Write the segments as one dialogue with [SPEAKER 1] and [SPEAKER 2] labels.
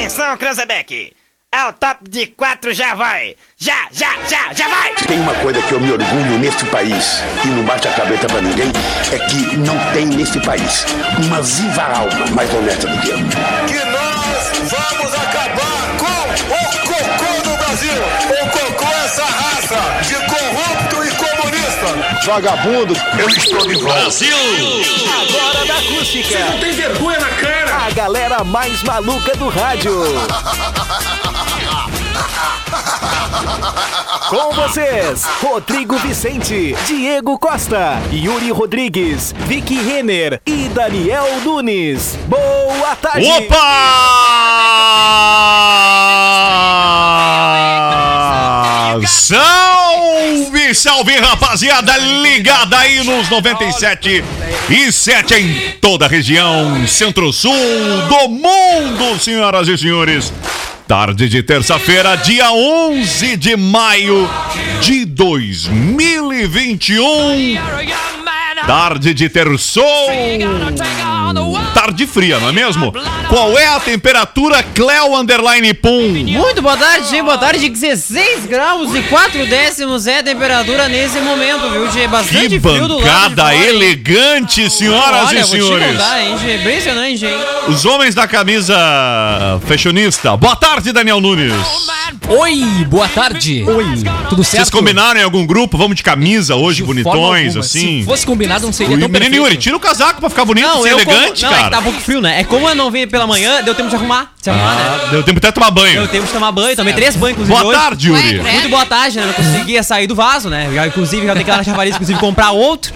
[SPEAKER 1] Atenção, Cranzebeck. É o top de 4, já vai. Já vai.
[SPEAKER 2] Tem uma coisa que eu me orgulho neste país, e não bate a cabeça pra ninguém, é que não tem neste país uma viva alma mais honesta do que eu.
[SPEAKER 3] Que nós vamos acabar com o cocô do Brasil. O cocô é essa raça de corrupto e comunista.
[SPEAKER 2] Vagabundo, eu estou de volta.
[SPEAKER 4] Brasil!
[SPEAKER 5] Agora da acústica.
[SPEAKER 3] Você não tem vergonha na cara.
[SPEAKER 5] A galera mais maluca do rádio. Com vocês, Rodrigo Vicente, Diego Costa, Yuri Rodrigues, Vicky Renner e Daniel Nunes. Boa tarde!
[SPEAKER 4] Opa! Salve, salve, rapaziada, ligada aí nos 97,7 em toda a região centro-sul do mundo, senhoras e senhores. Tarde de terça-feira, dia 11 de maio de 2021. Tarde de terçou. Tarde fria, não é mesmo? Qual é a temperatura, Cleo _ Pum?
[SPEAKER 6] Muito boa tarde, hein? Boa tarde, 16 graus e 4 décimos é a temperatura nesse momento, viu? De bastante
[SPEAKER 4] Que
[SPEAKER 6] frio do lado de
[SPEAKER 4] bancada
[SPEAKER 6] fora,
[SPEAKER 4] elegante, senhoras
[SPEAKER 6] olha,
[SPEAKER 4] e senhores.
[SPEAKER 6] Vou te contar, hein? Impressionante, hein?
[SPEAKER 4] Os homens da camisa fashionista. Boa tarde, Daniel Nunes.
[SPEAKER 7] Oi, boa tarde. Oi, tudo certo?
[SPEAKER 4] Vocês combinaram em algum grupo? Vamos de camisa hoje,
[SPEAKER 7] De
[SPEAKER 4] bonitões,
[SPEAKER 7] forma
[SPEAKER 4] assim?
[SPEAKER 7] Se fosse combinado, não seria
[SPEAKER 4] O
[SPEAKER 7] tão
[SPEAKER 4] menino
[SPEAKER 7] perfeito.
[SPEAKER 4] Yuri, tira o casaco pra ficar bonito, ser elegante,
[SPEAKER 6] não,
[SPEAKER 4] cara.
[SPEAKER 6] é que tá um pouco frio, né? É como eu não vim pela manhã, deu tempo de arrumar. Se arrumar, né?
[SPEAKER 4] Deu tempo até de tomar banho.
[SPEAKER 6] Deu tempo de tomar banho, tomei 3 banhos, inclusive,
[SPEAKER 4] Boa
[SPEAKER 6] hoje.
[SPEAKER 4] tarde, Yuri.
[SPEAKER 6] Muito boa tarde, né? Não conseguia sair do vaso, né? Inclusive, já tem que ir lá na chafariz, inclusive, comprar outro.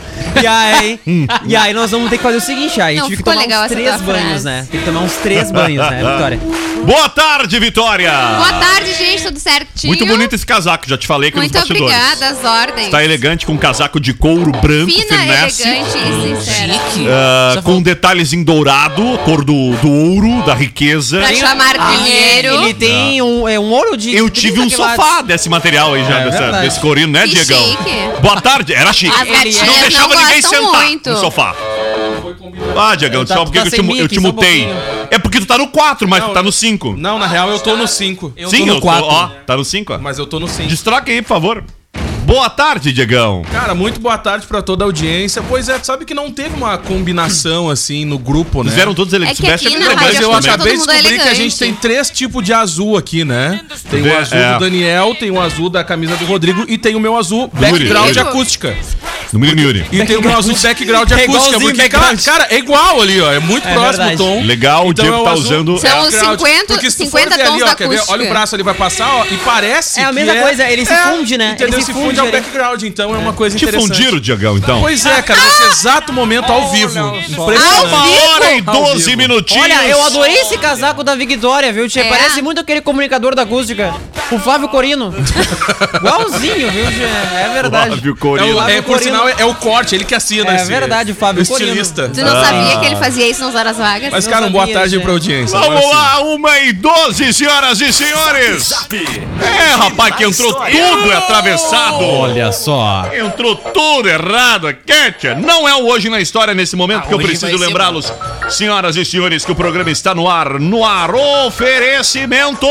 [SPEAKER 6] E aí nós vamos ter que fazer o seguinte, aí a gente
[SPEAKER 8] Não,
[SPEAKER 6] tive que
[SPEAKER 8] ficou
[SPEAKER 6] tomar
[SPEAKER 8] legal
[SPEAKER 6] uns
[SPEAKER 8] essa
[SPEAKER 6] 3
[SPEAKER 8] tua
[SPEAKER 6] banhos,
[SPEAKER 8] frase.
[SPEAKER 6] né? Tem que tomar uns 3 banhos, né, Vitória?
[SPEAKER 4] Boa tarde, Vitória.
[SPEAKER 8] Boa tarde, gente, tudo certinho?
[SPEAKER 4] Muito bonito esse casaco, já te falei que
[SPEAKER 8] Muito
[SPEAKER 4] nos bastidores.
[SPEAKER 8] obrigada, as ordens.
[SPEAKER 4] Tá elegante com um casaco de couro branco,
[SPEAKER 8] Fina,
[SPEAKER 4] finesse.
[SPEAKER 8] elegante e sincera.
[SPEAKER 4] Com detalhes em dourado, cor do ouro, da riqueza.
[SPEAKER 8] Pra chamar dinheiro.
[SPEAKER 6] Ele tem um ouro de...
[SPEAKER 4] Eu tive um
[SPEAKER 6] 30 quilates.
[SPEAKER 4] sofá desse material aí já,
[SPEAKER 6] verdade.
[SPEAKER 4] desse corino, né,
[SPEAKER 8] Que
[SPEAKER 4] Diegão?
[SPEAKER 8] chique.
[SPEAKER 4] Boa tarde, era chique.
[SPEAKER 8] As gatinhas
[SPEAKER 4] Não deixava
[SPEAKER 8] não
[SPEAKER 4] ninguém
[SPEAKER 8] gostam
[SPEAKER 4] sentar
[SPEAKER 8] muito.
[SPEAKER 4] no sofá. Ah, Diegão,
[SPEAKER 6] Tá-
[SPEAKER 4] só porque
[SPEAKER 6] tá
[SPEAKER 4] eu
[SPEAKER 6] sem
[SPEAKER 4] te
[SPEAKER 6] mic, só um
[SPEAKER 4] mutei.
[SPEAKER 6] pouquinho.
[SPEAKER 4] É porque tu tá no 4, mas tu tá no 5.
[SPEAKER 9] Não, na real eu tô no 5.
[SPEAKER 4] Sim,
[SPEAKER 7] tô no 4.
[SPEAKER 4] Ó, tá no 5, ó.
[SPEAKER 9] Mas eu tô no 5.
[SPEAKER 4] Destroca aí, por favor. Boa tarde, Diegão.
[SPEAKER 9] Cara, muito boa tarde pra toda a audiência. Pois é, tu sabe que não teve uma combinação assim no grupo, né?
[SPEAKER 4] Eles eram todos elegantes.
[SPEAKER 8] É que aqui na
[SPEAKER 9] Mas
[SPEAKER 8] Rádio
[SPEAKER 9] eu
[SPEAKER 8] Acústica
[SPEAKER 9] acabei de
[SPEAKER 8] todo mundo é
[SPEAKER 9] descobrir que a
[SPEAKER 8] elegante.
[SPEAKER 9] gente tem 3 tipos de azul aqui, né? Tem o azul do Daniel, tem o azul da camisa do Rodrigo e tem o meu azul background
[SPEAKER 8] Yuri.
[SPEAKER 9] acústica.
[SPEAKER 4] No menino Yuri.
[SPEAKER 9] E tem o meu azul background
[SPEAKER 6] É
[SPEAKER 9] acústica.
[SPEAKER 6] igualzinho
[SPEAKER 9] Porque,
[SPEAKER 6] background.
[SPEAKER 9] cara, é igual ali, ó. É muito próximo
[SPEAKER 6] verdade.
[SPEAKER 9] o tom.
[SPEAKER 4] Legal, o
[SPEAKER 9] Então
[SPEAKER 4] Diego
[SPEAKER 9] é o
[SPEAKER 4] tá
[SPEAKER 9] azul.
[SPEAKER 4] usando...
[SPEAKER 8] São
[SPEAKER 9] background.
[SPEAKER 8] 50
[SPEAKER 9] Porque se tu
[SPEAKER 8] 50
[SPEAKER 9] for ver
[SPEAKER 8] tons
[SPEAKER 9] ali,
[SPEAKER 8] da
[SPEAKER 9] ó, quer ver?
[SPEAKER 8] acústica.
[SPEAKER 9] Olha o braço ali vai passar, ó, e parece
[SPEAKER 6] É a
[SPEAKER 9] que
[SPEAKER 6] mesma coisa, ele se funde, né?
[SPEAKER 9] Entendeu?
[SPEAKER 6] Ele
[SPEAKER 9] Se
[SPEAKER 6] se
[SPEAKER 9] funde
[SPEAKER 6] funde
[SPEAKER 9] ao
[SPEAKER 6] ali.
[SPEAKER 9] background, então é uma coisa
[SPEAKER 4] Te
[SPEAKER 9] interessante.
[SPEAKER 4] fundiram, Diegão, então?
[SPEAKER 9] Pois é, cara, nesse exato momento, ao vivo. Impressionante.
[SPEAKER 4] Uma hora e 12
[SPEAKER 9] vivo.
[SPEAKER 4] minutinhos.
[SPEAKER 6] Olha, eu adorei esse casaco da Victoria, viu, tia?
[SPEAKER 8] É?
[SPEAKER 6] Parece muito aquele comunicador da acústica. O Flávio Corino. Igualzinho, viu, tia? É verdade.
[SPEAKER 4] Flávio Corino.
[SPEAKER 9] Por sinal, é o corte, ele que assina
[SPEAKER 6] É
[SPEAKER 9] esse.
[SPEAKER 6] verdade, o Fábio
[SPEAKER 9] o estilista.
[SPEAKER 8] Tu não sabia que ele fazia isso nas horas vagas?
[SPEAKER 9] Mas,
[SPEAKER 6] Não
[SPEAKER 9] cara, boa
[SPEAKER 6] sabia,
[SPEAKER 9] tarde
[SPEAKER 6] gente.
[SPEAKER 9] pra audiência.
[SPEAKER 4] Vamos
[SPEAKER 9] Agora
[SPEAKER 4] lá, 1h12, senhoras e senhores. É, rapaz, que entrou tudo atravessado.
[SPEAKER 7] Olha só.
[SPEAKER 4] Entrou tudo errado aqui, tia. Não é o Hoje na História nesse momento, que eu
[SPEAKER 7] hoje
[SPEAKER 4] preciso
[SPEAKER 7] vai ser
[SPEAKER 4] lembrá-los, senhoras e senhores, que o programa está no ar. No ar, oferecimento...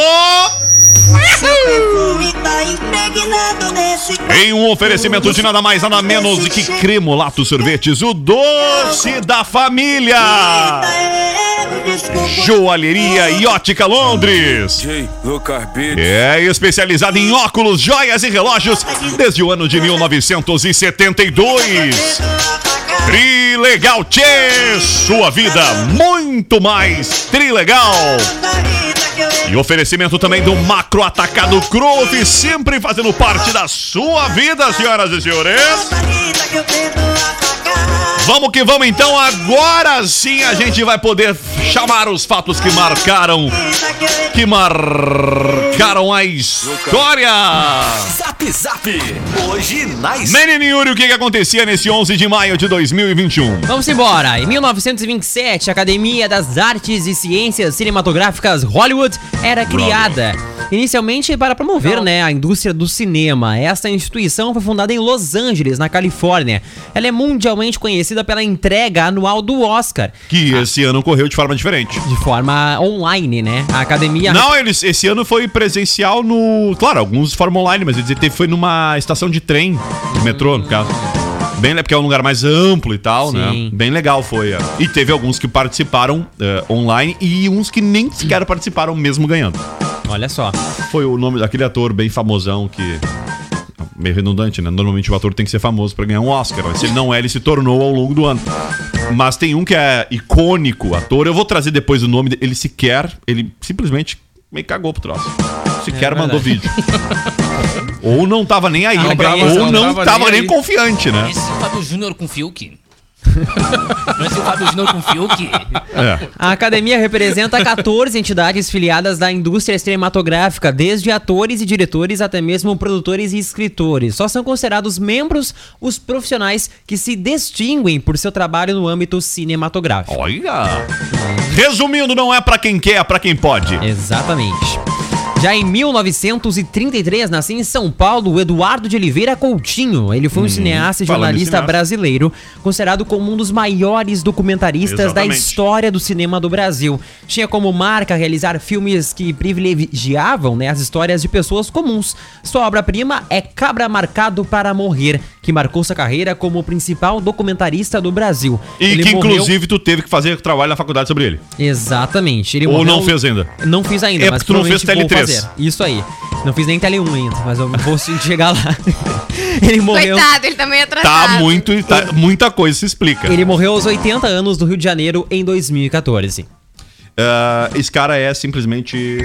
[SPEAKER 4] Em um oferecimento de nada mais, nada menos do que Cremolato Sorvetes, o doce da família. Joalheria e Ótica Londres. É especializada em óculos, joias e relógios desde o ano de 1972. Trilegal Tchê, sua vida muito mais trilegal. E oferecimento também do Macro Atacado Groove, sempre fazendo parte da sua vida, senhoras e senhores. Vamos que vamos então, agora sim a gente vai poder chamar os fatos que marcaram a história.
[SPEAKER 5] Zap Zap. Hoje na
[SPEAKER 4] Menino Yuri, o que acontecia nesse 11 de maio de 2021?
[SPEAKER 6] Vamos embora. Em 1927, a Academia das Artes e Ciências Cinematográficas Hollywood era criada. Inicialmente para promover, a indústria do cinema. Esta instituição foi fundada em Los Angeles, na Califórnia. Ela é mundialmente conhecida conhecida pela entrega anual do Oscar.
[SPEAKER 4] Que esse ano ocorreu de forma diferente.
[SPEAKER 6] De forma online, né? A academia...
[SPEAKER 4] Não, esse ano foi presencial no... Claro, alguns de forma online, mas foi numa estação de trem, de metrô, no caso. Bem, porque é um lugar mais amplo e tal,
[SPEAKER 6] Sim.
[SPEAKER 4] né? Bem legal foi. E teve alguns que participaram online e uns que nem sequer participaram mesmo ganhando.
[SPEAKER 6] Olha só.
[SPEAKER 4] Foi o nome daquele ator bem famosão que... Meio redundante, né? Normalmente o ator tem que ser famoso pra ganhar um Oscar. Mas se ele não é, ele se tornou ao longo do ano. Mas tem um que é icônico, ator. Eu vou trazer depois o nome dele. Ele simplesmente meio cagou pro troço. Sequer mandou vídeo. Ou não tava nem aí, ou não tava nem confiante, né?
[SPEAKER 7] Esse é o Fábio Júnior com Fiuk. Não é esse o Fábio Júnior com Fiuk?
[SPEAKER 6] A academia representa 14 entidades filiadas da indústria cinematográfica, desde atores e diretores até mesmo produtores e escritores. Só são considerados membros os profissionais que se distinguem por seu trabalho no âmbito cinematográfico.
[SPEAKER 4] Olha! Resumindo, não é pra quem quer, é pra quem pode.
[SPEAKER 6] Exatamente. Já em 1933, nasceu em São Paulo o Eduardo de Oliveira Coutinho. Ele foi um cineasta e jornalista brasileiro, considerado como um dos maiores documentaristas da história do cinema do Brasil. Tinha como marca realizar filmes que privilegiavam, né, as histórias de pessoas comuns. Sua obra-prima é Cabra Marcado para Morrer, que marcou sua carreira como o principal documentarista do Brasil.
[SPEAKER 4] E ele que, inclusive, tu teve que fazer trabalho na faculdade sobre ele.
[SPEAKER 6] Exatamente. Ele
[SPEAKER 4] Ou não fez ainda?
[SPEAKER 6] Não fiz ainda,
[SPEAKER 4] mas tu não fez TL3.
[SPEAKER 6] Isso aí. Não fiz nem TL1 ainda, mas eu vou chegar lá. Ele morreu...
[SPEAKER 8] Coitado, ele também é atrasado.
[SPEAKER 4] Muita coisa se explica.
[SPEAKER 6] Ele morreu aos 80 anos do Rio de Janeiro em 2014.
[SPEAKER 4] Esse cara é simplesmente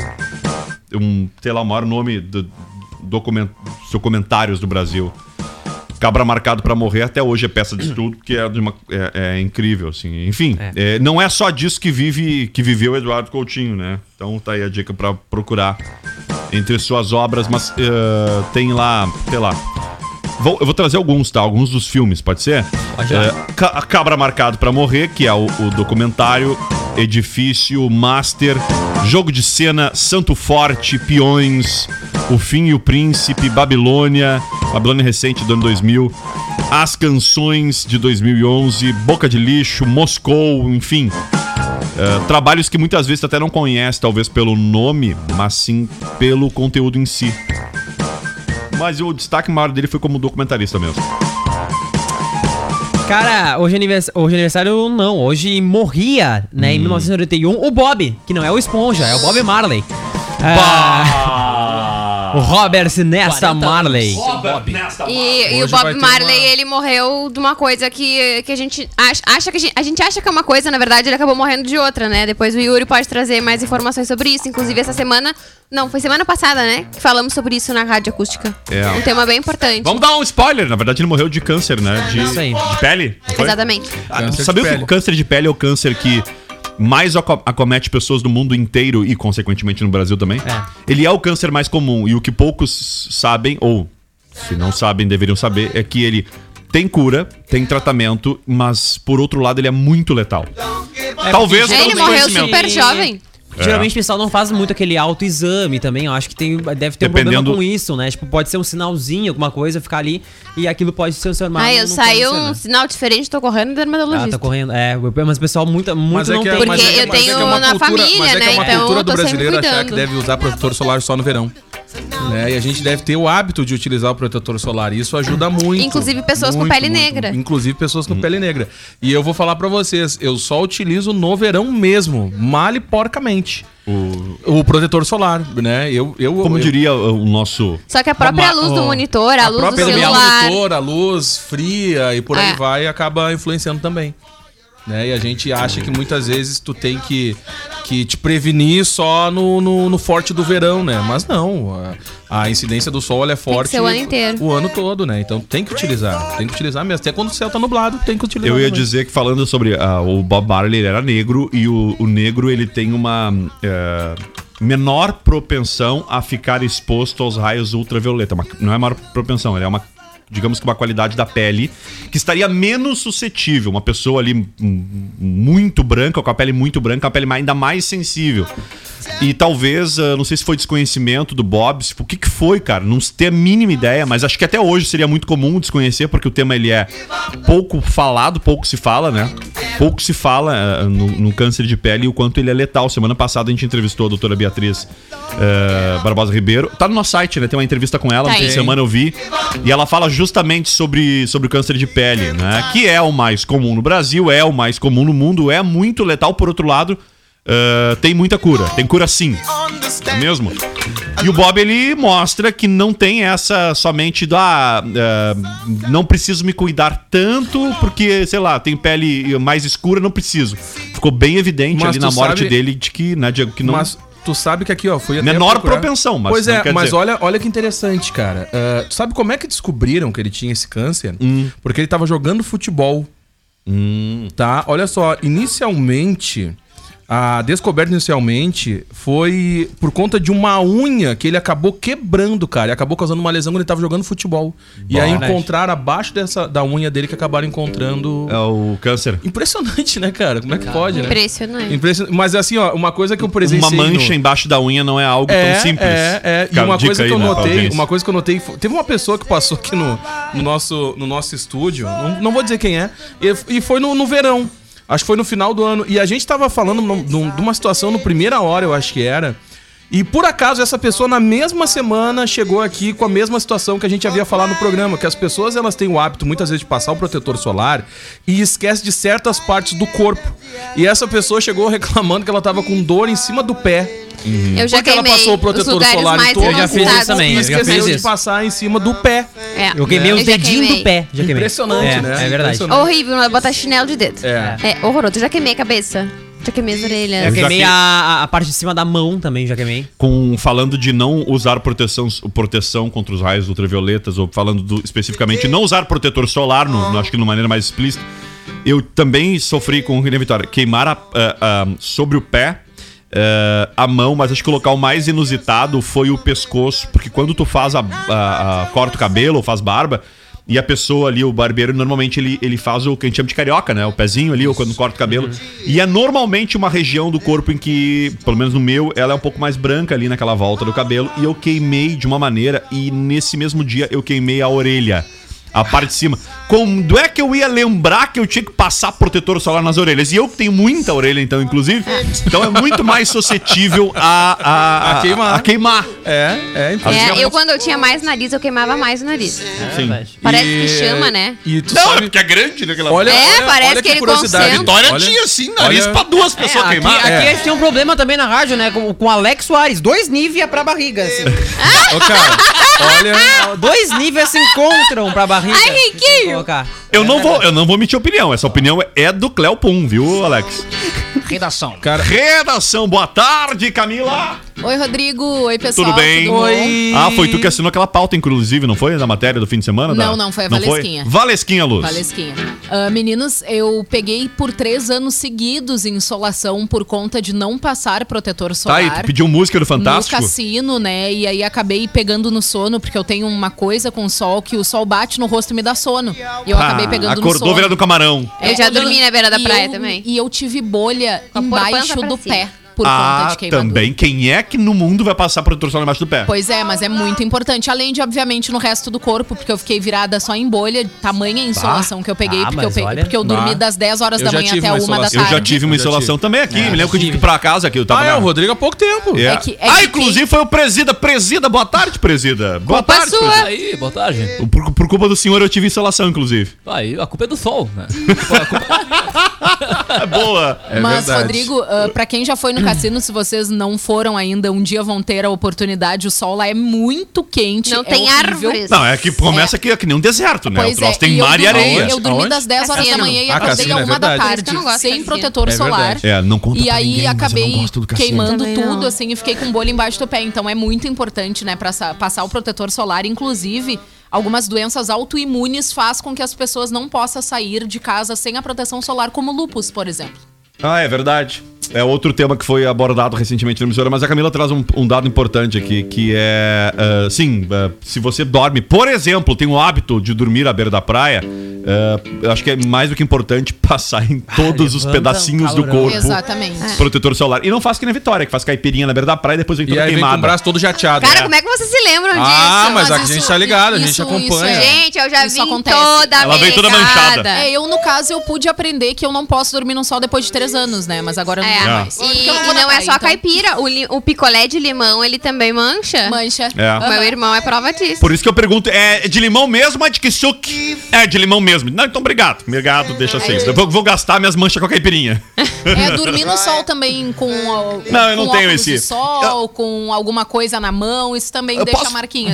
[SPEAKER 4] o maior nome do documentários do Brasil. Cabra Marcado para Morrer até hoje é peça de estudo, que é incrível, assim. Enfim, não é só disso que viveu Eduardo Coutinho, né? Então tá aí a dica para procurar entre suas obras, mas tem lá, sei lá. Eu vou trazer alguns, tá? Alguns dos filmes, pode ser?
[SPEAKER 6] Pode
[SPEAKER 4] Cabra Marcado para Morrer, que é o documentário, Edifício, Master, Jogo de Cena, Santo Forte, Peões, O Fim e o Príncipe, Babilônia recente do ano 2000, As Canções de 2011, Boca de Lixo, Moscou, enfim. Trabalhos que muitas vezes tu até não conhece, talvez pelo nome, mas sim pelo conteúdo em si. Mas o destaque maior dele foi como documentarista mesmo.
[SPEAKER 6] Cara, hoje aniversário não, hoje morria, né, em 1991, o Bob, que não é o Esponja, é o Bob Marley. O Robert Nesta Marley.
[SPEAKER 8] E o Bob Marley, ele morreu de uma coisa que a gente acha que é uma coisa, na verdade ele acabou morrendo de outra, né? Depois o Yuri pode trazer mais informações sobre isso. Inclusive essa semana, não, foi semana passada, né? Que falamos sobre isso na Rádio Acústica. Um tema bem importante.
[SPEAKER 4] Vamos dar um spoiler, na verdade ele morreu de câncer, né? De pele.
[SPEAKER 8] Exatamente.
[SPEAKER 4] Sabia que o câncer de pele é o câncer que mais acomete pessoas do mundo inteiro e, consequentemente, no Brasil também? Ele é o câncer mais comum e o que poucos sabem, ou se não sabem, deveriam saber, é que ele tem cura, tem tratamento, mas, por outro lado, ele é muito letal. Talvez
[SPEAKER 8] ele morreu super jovem.
[SPEAKER 6] Geralmente o pessoal não faz muito aquele autoexame também. Eu acho que deve ter um problema com isso, né? Tipo, pode ser um sinalzinho, alguma coisa, ficar ali e aquilo pode se transformar.
[SPEAKER 8] Eu saí um sinal diferente, tô correndo no dermatologista.
[SPEAKER 6] Tá correndo. Mas o pessoal muito
[SPEAKER 8] não tem. Porque eu tenho na família, né?
[SPEAKER 9] Então
[SPEAKER 8] Uma cultura
[SPEAKER 9] do brasileiro achar que deve usar protetor solar só no verão. Né? E a gente deve ter o hábito de utilizar o protetor solar. E isso ajuda muito.
[SPEAKER 8] Inclusive pessoas com pele negra.
[SPEAKER 9] Inclusive pessoas com pele negra. E eu vou falar pra vocês, eu só utilizo no verão mesmo, mal e porcamente. O protetor solar, né?
[SPEAKER 4] Como diria o nosso...
[SPEAKER 8] Só que a própria luz do monitor, a luz do celular...
[SPEAKER 9] monitor, a luz fria e por aí vai, acaba influenciando também. Né? E a gente acha que muitas vezes tu tem que te prevenir só no forte do verão, né? Mas não, a incidência do sol ela é forte
[SPEAKER 8] tem que ser o ano inteiro.
[SPEAKER 9] O ano todo, né? Então tem que utilizar mesmo. Até quando o céu tá nublado, tem que utilizar.
[SPEAKER 4] Eu ia dizer que falando sobre o Bob Marley, ele era negro e o negro ele tem uma menor propensão a ficar exposto aos raios ultravioleta. Não é maior propensão, ele é uma, digamos que uma qualidade da pele que estaria menos suscetível. Uma pessoa ali muito branca, com a pele muito branca, a pele ainda mais sensível. E talvez, não sei se foi desconhecimento do Bob, o que foi, cara? Não ter a mínima ideia, mas acho que até hoje seria muito comum desconhecer, porque o tema ele é pouco falado, pouco se fala, né? Pouco se fala no câncer de pele e o quanto ele é letal. Semana passada a gente entrevistou a doutora Beatriz Barbosa Ribeiro. Tá no nosso site, né? Tem uma entrevista com ela, no fim de semana eu vi. E ela fala justamente sobre o câncer de pele, né? Que é o mais comum no Brasil, é o mais comum no mundo, é muito letal. Por outro lado, tem muita cura. Tem cura sim. Não é mesmo? E o Bob, ele mostra que não tem essa somente não preciso me cuidar tanto porque, sei lá, tem pele mais escura, não preciso. Ficou bem evidente ali na morte dele de que, né, Diego, que não...
[SPEAKER 9] Mas tu sabe que aqui, ó, foi até
[SPEAKER 4] menor propensão, mas
[SPEAKER 9] pois é, mas
[SPEAKER 4] dizer...
[SPEAKER 9] olha que interessante, cara. Tu sabe como é que descobriram que ele tinha esse câncer? Porque ele tava jogando futebol. Tá? Olha só, inicialmente... A descoberta inicialmente foi por conta de uma unha que ele acabou quebrando, cara. E acabou causando uma lesão quando ele tava jogando futebol. E aí encontraram abaixo da unha dele que acabaram encontrando...
[SPEAKER 4] É o câncer.
[SPEAKER 9] Impressionante, né, cara? Como é que pode, né?
[SPEAKER 8] Impressionante.
[SPEAKER 9] Mas assim, ó, uma coisa que eu presenciei...
[SPEAKER 4] Uma mancha embaixo da unha não é algo tão simples.
[SPEAKER 9] E uma coisa que eu notei... Teve uma pessoa que passou aqui no nosso estúdio, não vou dizer quem é, e foi no verão. Acho que foi no final do ano. E a gente tava falando de uma situação no primeira hora, eu acho que era. E por acaso essa pessoa na mesma semana chegou aqui com a mesma situação que a gente havia falado no programa. Que as pessoas elas têm o hábito muitas vezes de passar o protetor solar e esquece de certas partes do corpo. E essa pessoa chegou reclamando que ela tava com dor em cima do pé.
[SPEAKER 8] Eu já
[SPEAKER 9] porque ela passou o protetor solar em todo.
[SPEAKER 6] Eu já fiz isso também.
[SPEAKER 9] E esqueceu de passar em cima do pé.
[SPEAKER 6] Eu queimei os dedinhos do pé. Já queimei.
[SPEAKER 9] Impressionante, né?
[SPEAKER 6] É verdade.
[SPEAKER 8] Horrível, não é botar chinelo de dedo.
[SPEAKER 9] É
[SPEAKER 8] horroroso. Eu já queimei a cabeça. Já queimei as orelhas.
[SPEAKER 6] Eu queimei a parte de cima da mão também, já queimei.
[SPEAKER 4] Falando de não usar proteção contra os raios ultravioletas, ou falando especificamente não usar protetor solar, acho que de uma maneira mais explícita, eu também sofri com o Vitória. Queimar sobre o pé, a mão, mas acho que o local mais inusitado foi o pescoço, porque quando tu faz corta o cabelo ou faz barba, e a pessoa ali, o barbeiro, normalmente ele faz o que a gente chama de carioca, né? O pezinho ali, ou quando corta o cabelo. E é normalmente uma região do corpo em que, pelo menos no meu, ela é um pouco mais branca ali naquela volta do cabelo. E eu queimei de uma maneira, e nesse mesmo dia eu queimei a orelha. A parte de cima. Quando é que eu ia lembrar que eu tinha que passar protetor solar nas orelhas? E eu que tenho muita orelha, então, inclusive. Então é muito mais suscetível a queimar.
[SPEAKER 8] Eu, quando eu tinha mais nariz, eu queimava mais o nariz.
[SPEAKER 4] Sim.
[SPEAKER 8] Parece que chama, né?
[SPEAKER 9] E tu
[SPEAKER 4] não,
[SPEAKER 9] sabe...
[SPEAKER 4] porque é grande, né?
[SPEAKER 8] Parece que ele concentra.
[SPEAKER 4] Vitória tinha, sim, nariz pra duas pessoas queimar.
[SPEAKER 6] Aqui a gente tem um problema também na rádio, né? Com o Alex Soares. 2 Nivea pra barriga, assim.
[SPEAKER 9] Ô, cara, olha...
[SPEAKER 6] 2 Nivea se encontram pra barriga.
[SPEAKER 8] Ai, Riquinho!
[SPEAKER 4] Eu não vou emitir opinião. Essa opinião é do Cléo Pum, viu, Alex?
[SPEAKER 7] Redação.
[SPEAKER 4] Redação, boa tarde, Camila.
[SPEAKER 10] Oi, Rodrigo. Oi, pessoal.
[SPEAKER 4] Tudo bem?
[SPEAKER 10] Oi.
[SPEAKER 4] Foi tu que assinou aquela pauta, inclusive, não foi? Da matéria do fim de semana?
[SPEAKER 10] Não, foi a Valesquinha.
[SPEAKER 4] Valesquinha, Luz.
[SPEAKER 10] Valesquinha. Meninos, eu peguei por 3 anos seguidos insolação por conta de não passar protetor solar.
[SPEAKER 4] Tá, e tu pediu música do Fantástico?
[SPEAKER 10] No cassino, né? E aí acabei pegando no sono, porque eu tenho uma coisa com o sol, que o sol bate no rosto e me dá sono. E eu acabei pegando no sono.
[SPEAKER 4] Acordou beira do camarão.
[SPEAKER 8] Eu já dormi na beira da praia também.
[SPEAKER 10] E eu tive bolha embaixo do pé. Por conta de queimadura.
[SPEAKER 4] Também. Quem é que no mundo vai passar protetor solar embaixo do pé?
[SPEAKER 10] Pois é, mas é muito importante. Além de, obviamente, no resto do corpo, porque eu fiquei virada só em bolha, tamanha insolação que eu peguei, porque eu dormi das 10 horas da manhã até 1 da tarde.
[SPEAKER 4] Eu já tive uma insolação também aqui. Me lembro que eu tive que ir pra casa aqui. Eu tava
[SPEAKER 9] o Rodrigo há pouco tempo.
[SPEAKER 4] Inclusive foi o Presida. Presida, boa tarde, Presida. Boa tarde,
[SPEAKER 7] Presida. Aí, boa tarde.
[SPEAKER 4] Por culpa do senhor eu tive insolação, inclusive.
[SPEAKER 7] Aí, a culpa é do sol, né?
[SPEAKER 4] Boa.
[SPEAKER 10] Mas,
[SPEAKER 9] verdade.
[SPEAKER 10] Rodrigo, pra quem já foi no cassino, se vocês não foram ainda, um dia vão ter a oportunidade. O sol lá é muito quente.
[SPEAKER 8] Não tem árvores.
[SPEAKER 4] Não, é que começa aqui, é que nem um deserto, né?
[SPEAKER 10] Pois
[SPEAKER 4] o troço tem mar e areia.
[SPEAKER 10] Eu dormi das 10 horas da manhã e acordei a 1 da tarde, sem protetor solar.
[SPEAKER 4] Não conta
[SPEAKER 10] e
[SPEAKER 4] pra
[SPEAKER 10] aí
[SPEAKER 4] ninguém,
[SPEAKER 10] acabei queimando
[SPEAKER 8] Também
[SPEAKER 10] tudo,
[SPEAKER 8] não.
[SPEAKER 10] assim, e fiquei com bolha embaixo do pé. Então é muito importante, né, pra passar o protetor solar. Inclusive, algumas doenças autoimunes faz com que as pessoas não possam sair de casa sem a proteção solar, como lúpus, por exemplo.
[SPEAKER 4] É verdade. É outro tema que foi abordado recentemente na emissora, mas a Camila traz um dado importante aqui, que é, se você dorme, por exemplo, tem o hábito de dormir à beira da praia, eu acho que é mais do que importante passar em todos os pedacinhos do corpo.
[SPEAKER 10] Exatamente.
[SPEAKER 4] Protetor solar. E não faz que na Vitória, que faz caipirinha na beira da praia e depois vem tudo queimado.
[SPEAKER 9] E aí vem com o braço todo jateado.
[SPEAKER 8] Cara, como é que vocês se lembram disso?
[SPEAKER 9] Mas a gente tá ligado, a gente acompanha.
[SPEAKER 8] Gente, eu já vi
[SPEAKER 10] acontece.
[SPEAKER 8] Ela
[SPEAKER 4] veio toda manchada.
[SPEAKER 10] Eu, no caso, eu pude aprender que eu não posso dormir no sol depois de 3 anos, né? Mas agora eu não vou mais.
[SPEAKER 8] E não é só a caipira. O picolé de limão, ele também mancha.
[SPEAKER 10] Mancha.
[SPEAKER 8] O meu irmão é prova disso.
[SPEAKER 4] Por isso que eu pergunto, é de limão mesmo ou é de kisuke? É de limão mesmo. Não, então obrigado. Obrigado, deixa assim. Eu vou gastar minhas manchas com a caipirinha.
[SPEAKER 10] Dormir no sol também com
[SPEAKER 4] não, eu não tenho esse.
[SPEAKER 10] De sol, com alguma coisa na mão, isso também deixa marquinha.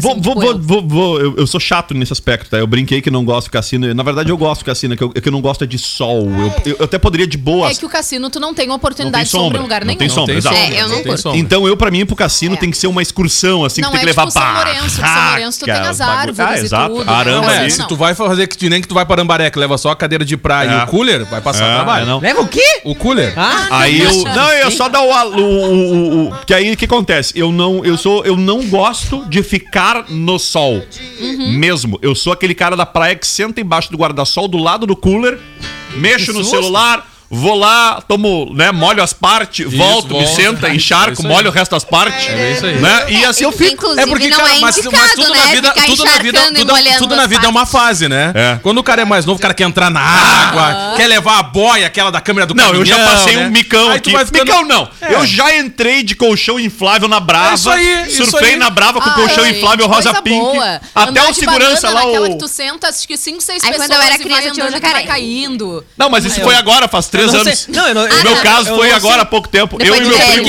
[SPEAKER 4] Eu sou chato nesse aspecto, tá? Eu brinquei que não gosto do cassino. Na verdade, eu gosto do cassino, que eu não gosto de sol. Eu até poderia de boa.
[SPEAKER 10] É que o cassino tu não tem oportunidade de sombra em lugar nenhum.
[SPEAKER 4] Não tem sombra, exato.
[SPEAKER 8] Eu não curto.
[SPEAKER 4] Então pra mim, ir pro cassino tem que ser uma excursão, assim, que tem que levar
[SPEAKER 10] São Lourenço tu tem as árvores e tudo.
[SPEAKER 4] Arama,
[SPEAKER 9] se tu vai fazer que nem que tu vai para Ambaré, que leva só a cadeira de praia e o cooler, vai passar trabalho.
[SPEAKER 6] Não. Leva o quê?
[SPEAKER 9] O cooler.
[SPEAKER 4] Aí eu só dá o que aí o que acontece? Eu não gosto de ficar no sol. Mesmo. Eu sou aquele cara da praia que senta embaixo do guarda-sol do lado do cooler, mexo no celular, vou lá, tomo, né, molho as partes, volto, me senta, encharco, molho o resto das partes.
[SPEAKER 9] É isso aí.
[SPEAKER 4] Né? E assim eu fico.
[SPEAKER 8] Inclusive, porque, não cara, mas tudo na vida,
[SPEAKER 9] tudo na vida é uma fase, né? Quando o cara é mais novo, o cara quer entrar na água, quer levar a boia, aquela da câmera do caminhão.
[SPEAKER 4] Não, eu já passei um micão aqui. Micão não. Eu já entrei de colchão inflável na Brava. Surfei na Brava com colchão inflável rosa pink. Até o segurança lá,
[SPEAKER 10] aquela que tu senta, acho que 5, 6 pessoas.
[SPEAKER 8] Quando eu era criança, eu tinha um jacaré
[SPEAKER 10] caindo.
[SPEAKER 4] Não, mas isso foi agora, faz 3 anos. No meu caso foi agora há pouco tempo. Eu e meu primo.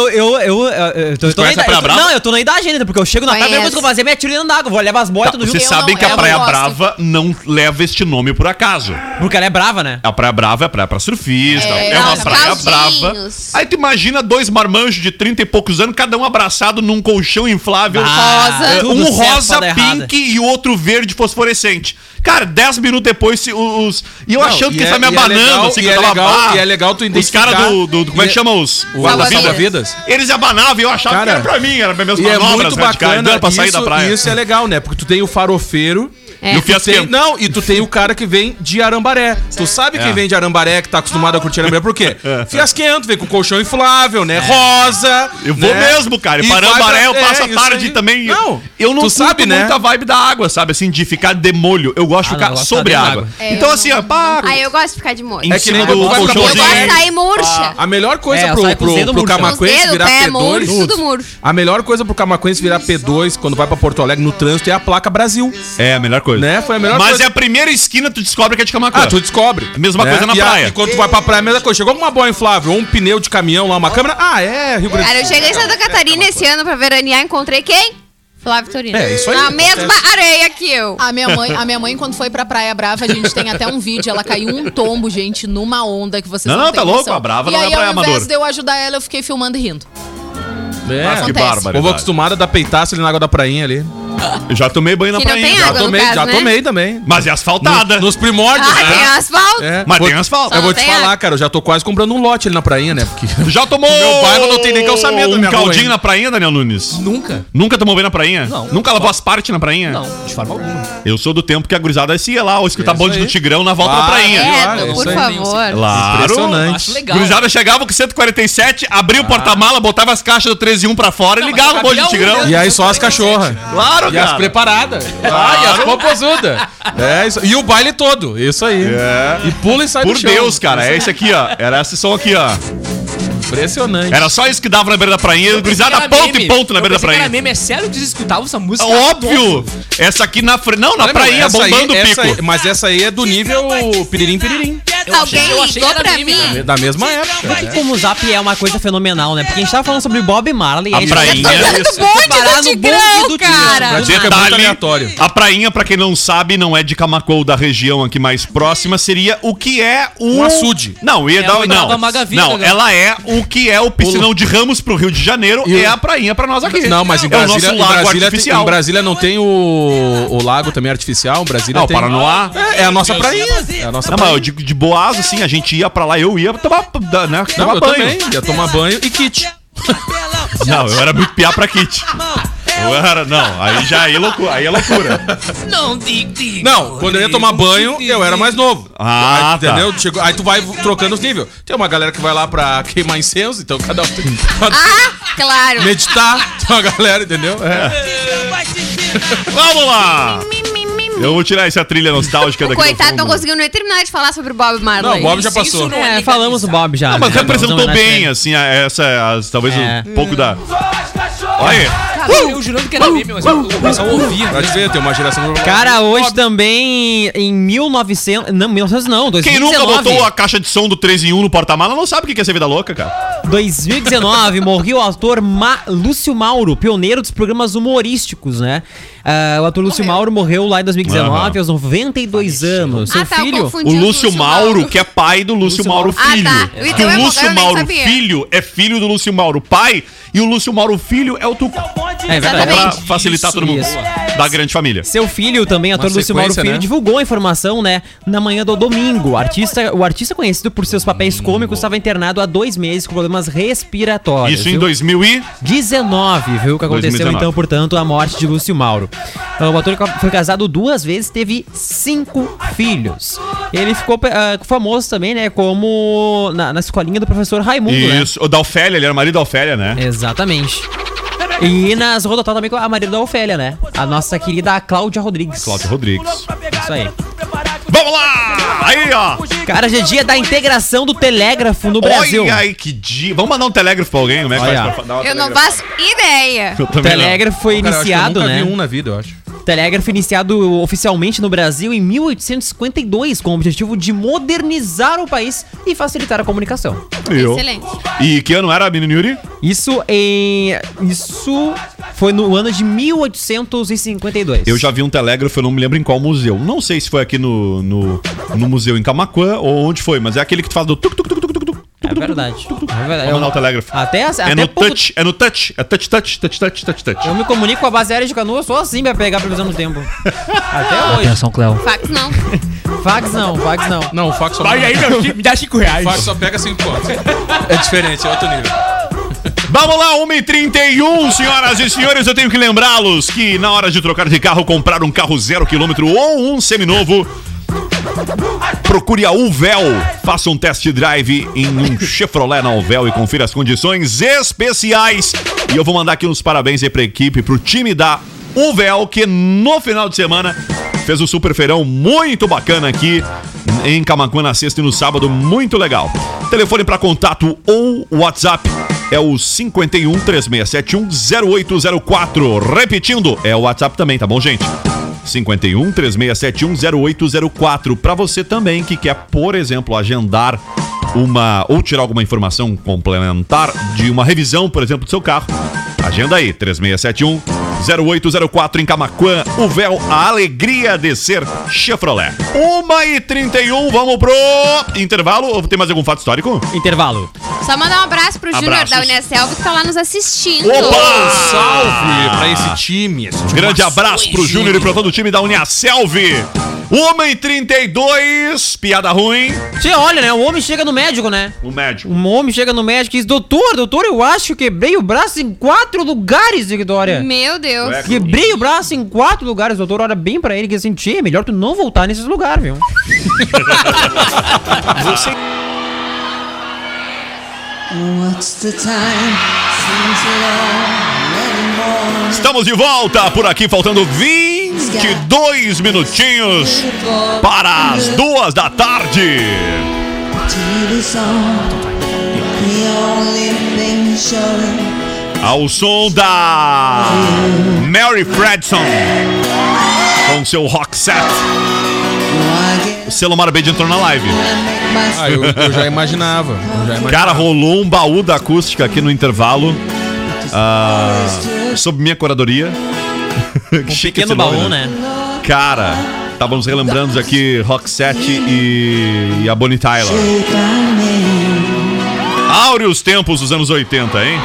[SPEAKER 6] Eu tô na idade ainda, porque eu chego na praia, depois que eu fazer minha tirando d'água, vou levar as boias tudo junto.
[SPEAKER 4] Vocês sabem que a Praia Brava não leva este nome por acaso.
[SPEAKER 6] Porque ela é brava, né?
[SPEAKER 4] A Praia Brava é praia pra surfista, é uma praia brava. Aí tu imagina 2 marmanjos de 30 e poucos anos, cada um abraçado num colchão inflável. Um rosa pink e o outro verde fosforescente. Cara, 10 minutos depois, e eu achando que ele tá me abanando, assim, que eu tava.
[SPEAKER 9] E é legal tu identificar.
[SPEAKER 4] Os caras do como é que chama os?
[SPEAKER 9] Guarda-vidas.
[SPEAKER 4] Eles abanavam e eu achava que era pra mim, era pra minhas manobras,
[SPEAKER 9] muito bacana
[SPEAKER 4] pra sair da praia.
[SPEAKER 9] Isso é legal, né? Porque tu tem o farofeiro.
[SPEAKER 4] E o fiasquento.
[SPEAKER 9] E tu tem o cara que vem de Arambaré. Tu sabe quem vem de Arambaré, que tá acostumado a curtir Arambaré, por quê? Fiasquento, vem com colchão inflável, né? Rosa.
[SPEAKER 4] Eu vou mesmo, cara. E para Arambaré eu passo a tarde também.
[SPEAKER 9] Não,
[SPEAKER 4] eu não curto muita vibe da água, sabe? Assim, de ficar de molho. Eu gosto de ficar sobre a água. Então assim,
[SPEAKER 8] eu gosto de ficar de molho.
[SPEAKER 4] Em cima do
[SPEAKER 8] colchão. Eu gosto de sair murcha.
[SPEAKER 9] A melhor coisa pro camaquense virar P2. A melhor coisa pro camaquense virar P2 quando vai pra Porto Alegre no trânsito é a placa Brasil.
[SPEAKER 4] É a melhor coisa.
[SPEAKER 9] Né? Foi a melhor
[SPEAKER 4] coisa.
[SPEAKER 9] Mas
[SPEAKER 4] é a primeira esquina tu descobre que é de Camaquã.
[SPEAKER 9] Tu descobre.
[SPEAKER 4] A mesma coisa na praia.
[SPEAKER 9] E quando tu vai pra praia, a mesma coisa. Chegou com uma boia inflável ou um pneu de caminhão lá, uma câmera. Rio Grande do Sul.
[SPEAKER 8] Cara, eu cheguei em Santa Catarina esse ano pra veranear, encontrei quem? Flávio Torino.
[SPEAKER 9] Isso aí.
[SPEAKER 8] Na mesma areia que eu.
[SPEAKER 10] A minha mãe, quando foi pra Praia Brava, a gente tem até um vídeo. Ela caiu um tombo, gente, numa onda que vocês não
[SPEAKER 4] tá louco? A Brava não é praia amador.
[SPEAKER 10] E aí, ao invés de eu ajudar ela, eu fiquei filmando e rindo.
[SPEAKER 4] Que bárbaro.
[SPEAKER 9] O povo acostumado a dar peitaço ali na água da prainha ali.
[SPEAKER 4] Eu já tomei banho na prainha.
[SPEAKER 9] Já tomei também.
[SPEAKER 4] Mas é asfaltada.
[SPEAKER 9] Nos primórdios, né?
[SPEAKER 8] Tem asfalto.
[SPEAKER 4] Mas tem asfalto.
[SPEAKER 9] Eu vou te falar, cara, eu já tô quase comprando um lote ali na prainha, né? Porque
[SPEAKER 4] já tomou.
[SPEAKER 9] Meu bairro não tem nem calçamento,
[SPEAKER 4] um caldinho na prainha, Daniel Nunes?
[SPEAKER 7] Nunca.
[SPEAKER 4] Nunca tomou banho na prainha?
[SPEAKER 7] Não.
[SPEAKER 4] Nunca lavou as partes na prainha?
[SPEAKER 7] Não, de forma alguma.
[SPEAKER 4] Eu sou do tempo que a gurizada ia lá, ou escutar bonde do Tigrão na volta da prainha.
[SPEAKER 8] Por favor.
[SPEAKER 4] Claro.
[SPEAKER 9] Impressionante.
[SPEAKER 7] Acho legal.
[SPEAKER 4] Gurizada chegava com 147, abria o porta-mala, botava as caixas do 3 em 1 pra fora e ligava o bonde do Tigrão.
[SPEAKER 9] E aí só as cachorras.
[SPEAKER 4] Claro,
[SPEAKER 9] e
[SPEAKER 4] cara.
[SPEAKER 9] as preparadas. E as popozudas. Isso. E o baile todo. Isso aí. E pula e sai do chão.
[SPEAKER 4] Por Deus, cara. É esse aqui, ó. Era esse som aqui, ó.
[SPEAKER 9] Impressionante.
[SPEAKER 4] Era só isso que dava na beira da prainha. Gurizada ponto e ponto na beira da prainha.
[SPEAKER 7] Era meme. É sério que vocês escutavam essa música?
[SPEAKER 4] Óbvio. Essa aqui na frente. Não, na prainha, bombando o pico.
[SPEAKER 9] Mas essa aí é do nível piririm, piririm.
[SPEAKER 8] Alguém ligou pra mim.
[SPEAKER 9] Da mesma época.
[SPEAKER 6] Como o Zap é uma coisa fenomenal, né? Porque a gente tava falando sobre Bob Marley.
[SPEAKER 4] A prainha.
[SPEAKER 8] Bonde do Tigrão, cara.
[SPEAKER 9] Pra dizer que é muito aleatório.
[SPEAKER 4] A prainha, pra quem não sabe, não é de Camaquã, da região aqui mais próxima, seria o que é um
[SPEAKER 9] açude.
[SPEAKER 4] Não, ela é o que é o piscinão de Ramos pro Rio de Janeiro, é a prainha pra nós aqui.
[SPEAKER 9] Não, mas em Brasília não tem o lago também artificial, Brasília tem.
[SPEAKER 4] O Paranoá.
[SPEAKER 9] É a nossa prainha. É a nossa
[SPEAKER 4] prainha. Mas eu digo de boa Poás, assim, a gente ia pra lá, eu ia tomar, né, tomar
[SPEAKER 9] eu
[SPEAKER 4] banho.
[SPEAKER 9] também, ia tomar banho e kit.
[SPEAKER 4] Não, eu era muito piá pra kit. Não, aí é loucura.
[SPEAKER 9] Não, quando eu ia tomar banho, eu era mais novo.
[SPEAKER 4] Ah,
[SPEAKER 9] aí, entendeu? Aí tu vai trocando os níveis. Tem uma galera que vai lá pra queimar incenso, então cada um tem que
[SPEAKER 8] claro.
[SPEAKER 9] meditar. Tem uma galera, entendeu?
[SPEAKER 4] Vamos lá! Eu vou tirar essa trilha nostálgica daqui.
[SPEAKER 8] Coitado, não conseguiu nem terminar de falar sobre o Bob Marley.
[SPEAKER 9] Não, o Bob já passou.
[SPEAKER 6] Falamos do Bob já.
[SPEAKER 4] Não, mas representou bem, assim, talvez um pouco da... Olha aí.
[SPEAKER 7] Cara, eu jurando que era meme, mas o pessoal ouvia.
[SPEAKER 9] Pode ver, tem uma geração...
[SPEAKER 6] Cara, hoje também, em 1900... Não, 1900 não, 2019.
[SPEAKER 4] Quem nunca botou a caixa de som do 3 em 1 no porta-mala não sabe o que é ser vida louca, cara.
[SPEAKER 6] 2019, morreu o ator Lúcio Mauro, pioneiro dos programas humorísticos, né? O ator Lúcio Mauro morreu lá em 2019, aos 92 anos. Seu filho...
[SPEAKER 4] O Lúcio Mauro, que é pai do Lúcio Mauro Filho.
[SPEAKER 8] Então
[SPEAKER 4] o Lúcio Mauro Filho é filho do Lúcio Mauro pai, e o Lúcio Mauro Filho é o Tuco.
[SPEAKER 6] É verdade.
[SPEAKER 4] Pra facilitar todo mundo da grande família.
[SPEAKER 6] Seu filho, também, ator Lúcio Mauro Filho, divulgou a informação, né, na manhã do domingo. O artista conhecido por seus papéis cômicos estava internado há 2 meses com problemas respiratórios.
[SPEAKER 4] Isso em 2019,
[SPEAKER 6] viu? Que aconteceu, 2019. Então, portanto, a morte de Lúcio Mauro. O ator foi casado 2 vezes, teve 5 filhos. Ele ficou famoso também, né, como na escolinha do professor Raimundo,
[SPEAKER 4] Isso, né? O da Ofélia, ele era marido da Ofélia, né?
[SPEAKER 6] Exatamente. E nas Rodotal também com a marido da Ofélia, né? A nossa querida Cláudia Rodrigues. Isso aí.
[SPEAKER 4] Vamos lá! Aí, ó!
[SPEAKER 6] Cara, hoje é dia da integração do telégrafo no Brasil.
[SPEAKER 4] Olha aí, que dia! Vamos mandar um telégrafo pra alguém? Como é que faz pra dar uma
[SPEAKER 8] Eu não faço ideia.
[SPEAKER 6] O telégrafo foi iniciado,
[SPEAKER 9] eu
[SPEAKER 6] né?
[SPEAKER 9] nunca vi um na vida, eu acho.
[SPEAKER 6] Telégrafo iniciado oficialmente no Brasil em 1852 com o objetivo de modernizar o país e facilitar a comunicação.
[SPEAKER 8] Excelente.
[SPEAKER 4] E que ano era, menino Yuri?
[SPEAKER 6] Isso foi no ano de 1852.
[SPEAKER 4] Eu já vi um telégrafo, eu não me lembro em qual museu. Não sei se foi aqui no museu em Camaquã ou onde foi, mas é aquele que tu faz do tuk tuk tuk tuk tuk tuk.
[SPEAKER 6] É verdade.
[SPEAKER 4] Vamos mandar o telégrafo.
[SPEAKER 6] É
[SPEAKER 4] no touch. É touch.
[SPEAKER 6] Eu me comunico com a base aérea de Canoas só assim pra pegar a previsão do tempo. Até hoje.
[SPEAKER 7] Atenção, Cléo.
[SPEAKER 8] Fax não.
[SPEAKER 6] Fax não.
[SPEAKER 9] Não, o fax só...
[SPEAKER 7] Vai aí, meu filho, me dá R$5.
[SPEAKER 9] O fax só pega 5 pontos. É diferente, é outro nível.
[SPEAKER 4] Vamos lá, 1h31, senhoras e senhores, eu tenho que lembrá-los que na hora de trocar de carro, comprar um carro 0 km ou um seminovo, procure a Uvel, faça um test drive em um Chevrolet na Uvel e confira as condições especiais. E eu vou mandar aqui uns parabéns aí pra equipe, pro time da Uvel, que no final de semana fez um super feirão muito bacana aqui em Camaquã na sexta e no sábado, muito legal. Telefone para contato ou WhatsApp é o 51 3671 0804. Repetindo, é o WhatsApp também, tá bom, gente? 51 3671 0804. Para você também que quer, por exemplo, agendar ou tirar alguma informação complementar de uma revisão, por exemplo, do seu carro, agenda aí, 3671 0804 em Camaquã. Uvel, a alegria de ser Chevrolet. 1h31, vamos pro intervalo. Tem mais algum fato histórico?
[SPEAKER 6] Intervalo.
[SPEAKER 8] Só mandar um abraço pro Júnior da Uniaselv que tá lá nos assistindo.
[SPEAKER 4] Opa!
[SPEAKER 9] Salve pra esse time.
[SPEAKER 4] Grande abraço pro Júnior e pro todo o time da Uniaselv. 1h32, piada ruim.
[SPEAKER 6] Você olha, né? O homem chega no médico, né?
[SPEAKER 4] O médico.
[SPEAKER 6] Um homem chega no médico e diz: Doutor, eu acho que quebrei o braço em 4 lugares, Victoria.
[SPEAKER 8] Meu Deus.
[SPEAKER 6] Quebrei o braço em 4 lugares. O doutor olha bem pra ele e diz assim: Tchê, é melhor tu não voltar nesses lugares, viu?
[SPEAKER 4] Você... Estamos de volta por aqui, faltando 22 minutinhos para as 2 da tarde. Ao som da Mary Fredson com seu rock set. O selo Marbete entrou na live.
[SPEAKER 9] Eu já imaginava.
[SPEAKER 4] Cara, rolou um baú da acústica aqui no intervalo. Sob minha curadoria.
[SPEAKER 6] Um pequeno baú, né?
[SPEAKER 4] Cara, estávamos relembrando aqui Roxette e a Bonnie Tyler. Áureos tempos dos anos 80, hein?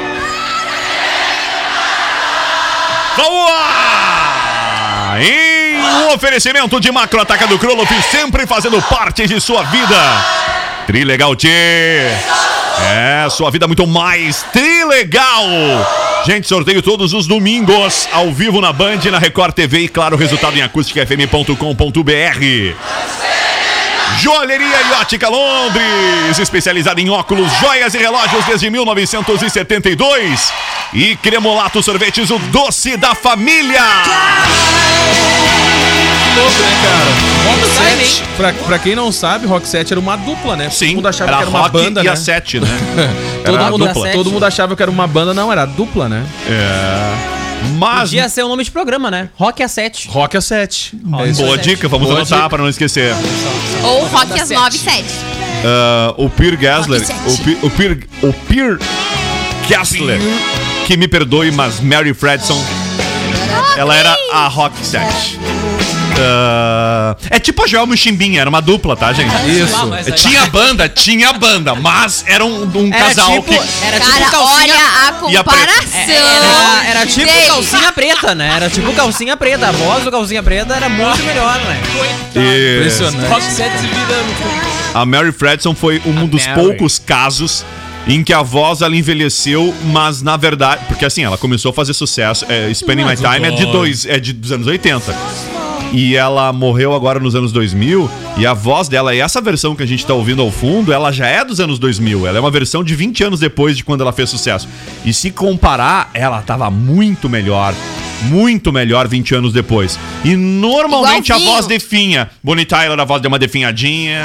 [SPEAKER 4] Vamos lá! Um oferecimento de Macro Atacado Kroloff, sempre fazendo parte de sua vida. Trilegal Tchê. Sua vida muito mais trilegal. Gente, sorteio todos os domingos, ao vivo na Band, na Record TV e, claro, resultado em acústicafm.com.br. Joalheria e Ótica Londres, especializada em óculos, joias e relógios desde 1972. E Cremolato Sorvetes, o doce da família.
[SPEAKER 9] Que louco, né, cara? Rock 7, pra quem não sabe, Rock 7 era uma dupla, né?
[SPEAKER 4] Sim,
[SPEAKER 9] todo mundo achava que era uma banda,
[SPEAKER 4] e
[SPEAKER 9] né?
[SPEAKER 4] a 7, né?
[SPEAKER 9] Todo mundo achava que era uma banda, não, era a dupla, né?
[SPEAKER 4] Mas
[SPEAKER 6] podia ser o nome de programa, né? Rock A7.
[SPEAKER 9] Rock A7.
[SPEAKER 4] Boa dica, vamos anotar para não esquecer.
[SPEAKER 8] Ou Rock às 9 e 7.
[SPEAKER 4] O Pierre Gessler, o Pierre Gessler, que me perdoe, mas Mary Fredson, ela era a Rock 7. É tipo a Joelma e Chimbinha, era uma dupla, tá, gente?
[SPEAKER 9] Isso.
[SPEAKER 4] Tinha banda, mas era um casal
[SPEAKER 6] tipo,
[SPEAKER 4] que...
[SPEAKER 6] Era
[SPEAKER 8] Cara,
[SPEAKER 6] tipo calcinha...
[SPEAKER 8] olha a comparação.
[SPEAKER 6] Era tipo
[SPEAKER 8] Gente.
[SPEAKER 6] calcinha preta, né? Era tipo calcinha preta. A voz do calcinha preta era muito melhor, né?
[SPEAKER 9] Impressionante.
[SPEAKER 7] Rock 7 se virando.
[SPEAKER 4] A Mary Fredson foi um dos poucos casos em que a voz ela envelheceu, mas na verdade... Porque assim, ela começou a fazer sucesso. Spending My Time é dos anos 80. E ela morreu agora nos anos 2000. E a voz dela, e essa versão que a gente tá ouvindo ao fundo, ela já é dos anos 2000. Ela é uma versão de 20 anos depois de quando ela fez sucesso. E se comparar, ela tava muito melhor 20 anos depois. E normalmente
[SPEAKER 8] igualzinho.
[SPEAKER 4] A voz definha. Bonnie Tyler, a voz deu uma definhadinha.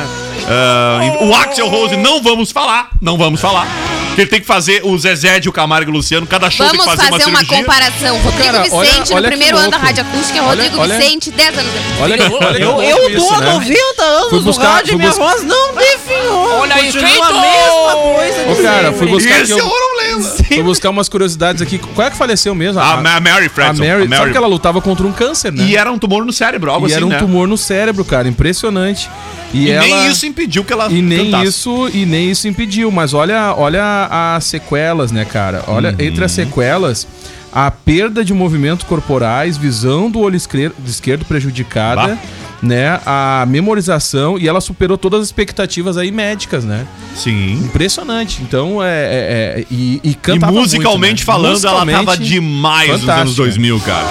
[SPEAKER 4] O Axl Rose, não vamos falar. Que ele tem que fazer o Zezé, o Camargo e o Luciano. Cada show
[SPEAKER 8] Vamos
[SPEAKER 4] tem que fazer uma cirurgia.
[SPEAKER 8] comparação. Rodrigo
[SPEAKER 9] Cara,
[SPEAKER 8] Vicente
[SPEAKER 9] olha
[SPEAKER 8] no
[SPEAKER 9] que
[SPEAKER 8] primeiro ano da
[SPEAKER 9] louco.
[SPEAKER 8] Rádio Acústica, Rodrigo Vicente 10 anos depois.
[SPEAKER 6] Eu tô há 90 anos no rádio e minha voz não definhou.
[SPEAKER 7] Olha aí,
[SPEAKER 6] continua
[SPEAKER 7] feito!
[SPEAKER 6] a mesma coisa.
[SPEAKER 9] Ô, cara, fui buscar aqui.
[SPEAKER 4] Esse eu não lembro.
[SPEAKER 9] Fui buscar umas curiosidades aqui. Qual é que faleceu mesmo?
[SPEAKER 4] A Mary Fredson.
[SPEAKER 9] Sabe que ela lutava contra um câncer, né?
[SPEAKER 4] E era um tumor no cérebro, algo assim,
[SPEAKER 9] era um
[SPEAKER 4] né?
[SPEAKER 9] tumor no cérebro, cara. Impressionante.
[SPEAKER 4] E nem isso impediu que ela cantasse.
[SPEAKER 9] Nem isso impediu. Mas olha as sequelas, né, cara? Olha, entre as sequelas, a perda de movimentos corporais, visão do olho esquerdo prejudicada, né? A memorização, e ela superou todas as expectativas aí médicas, né?
[SPEAKER 4] Sim.
[SPEAKER 9] Impressionante. Então, e cantava
[SPEAKER 4] E musicalmente
[SPEAKER 9] muito, né?
[SPEAKER 4] falando, ela tava
[SPEAKER 9] Musicalmente,
[SPEAKER 4] demais nos
[SPEAKER 9] fantástica.
[SPEAKER 4] anos 2000, cara.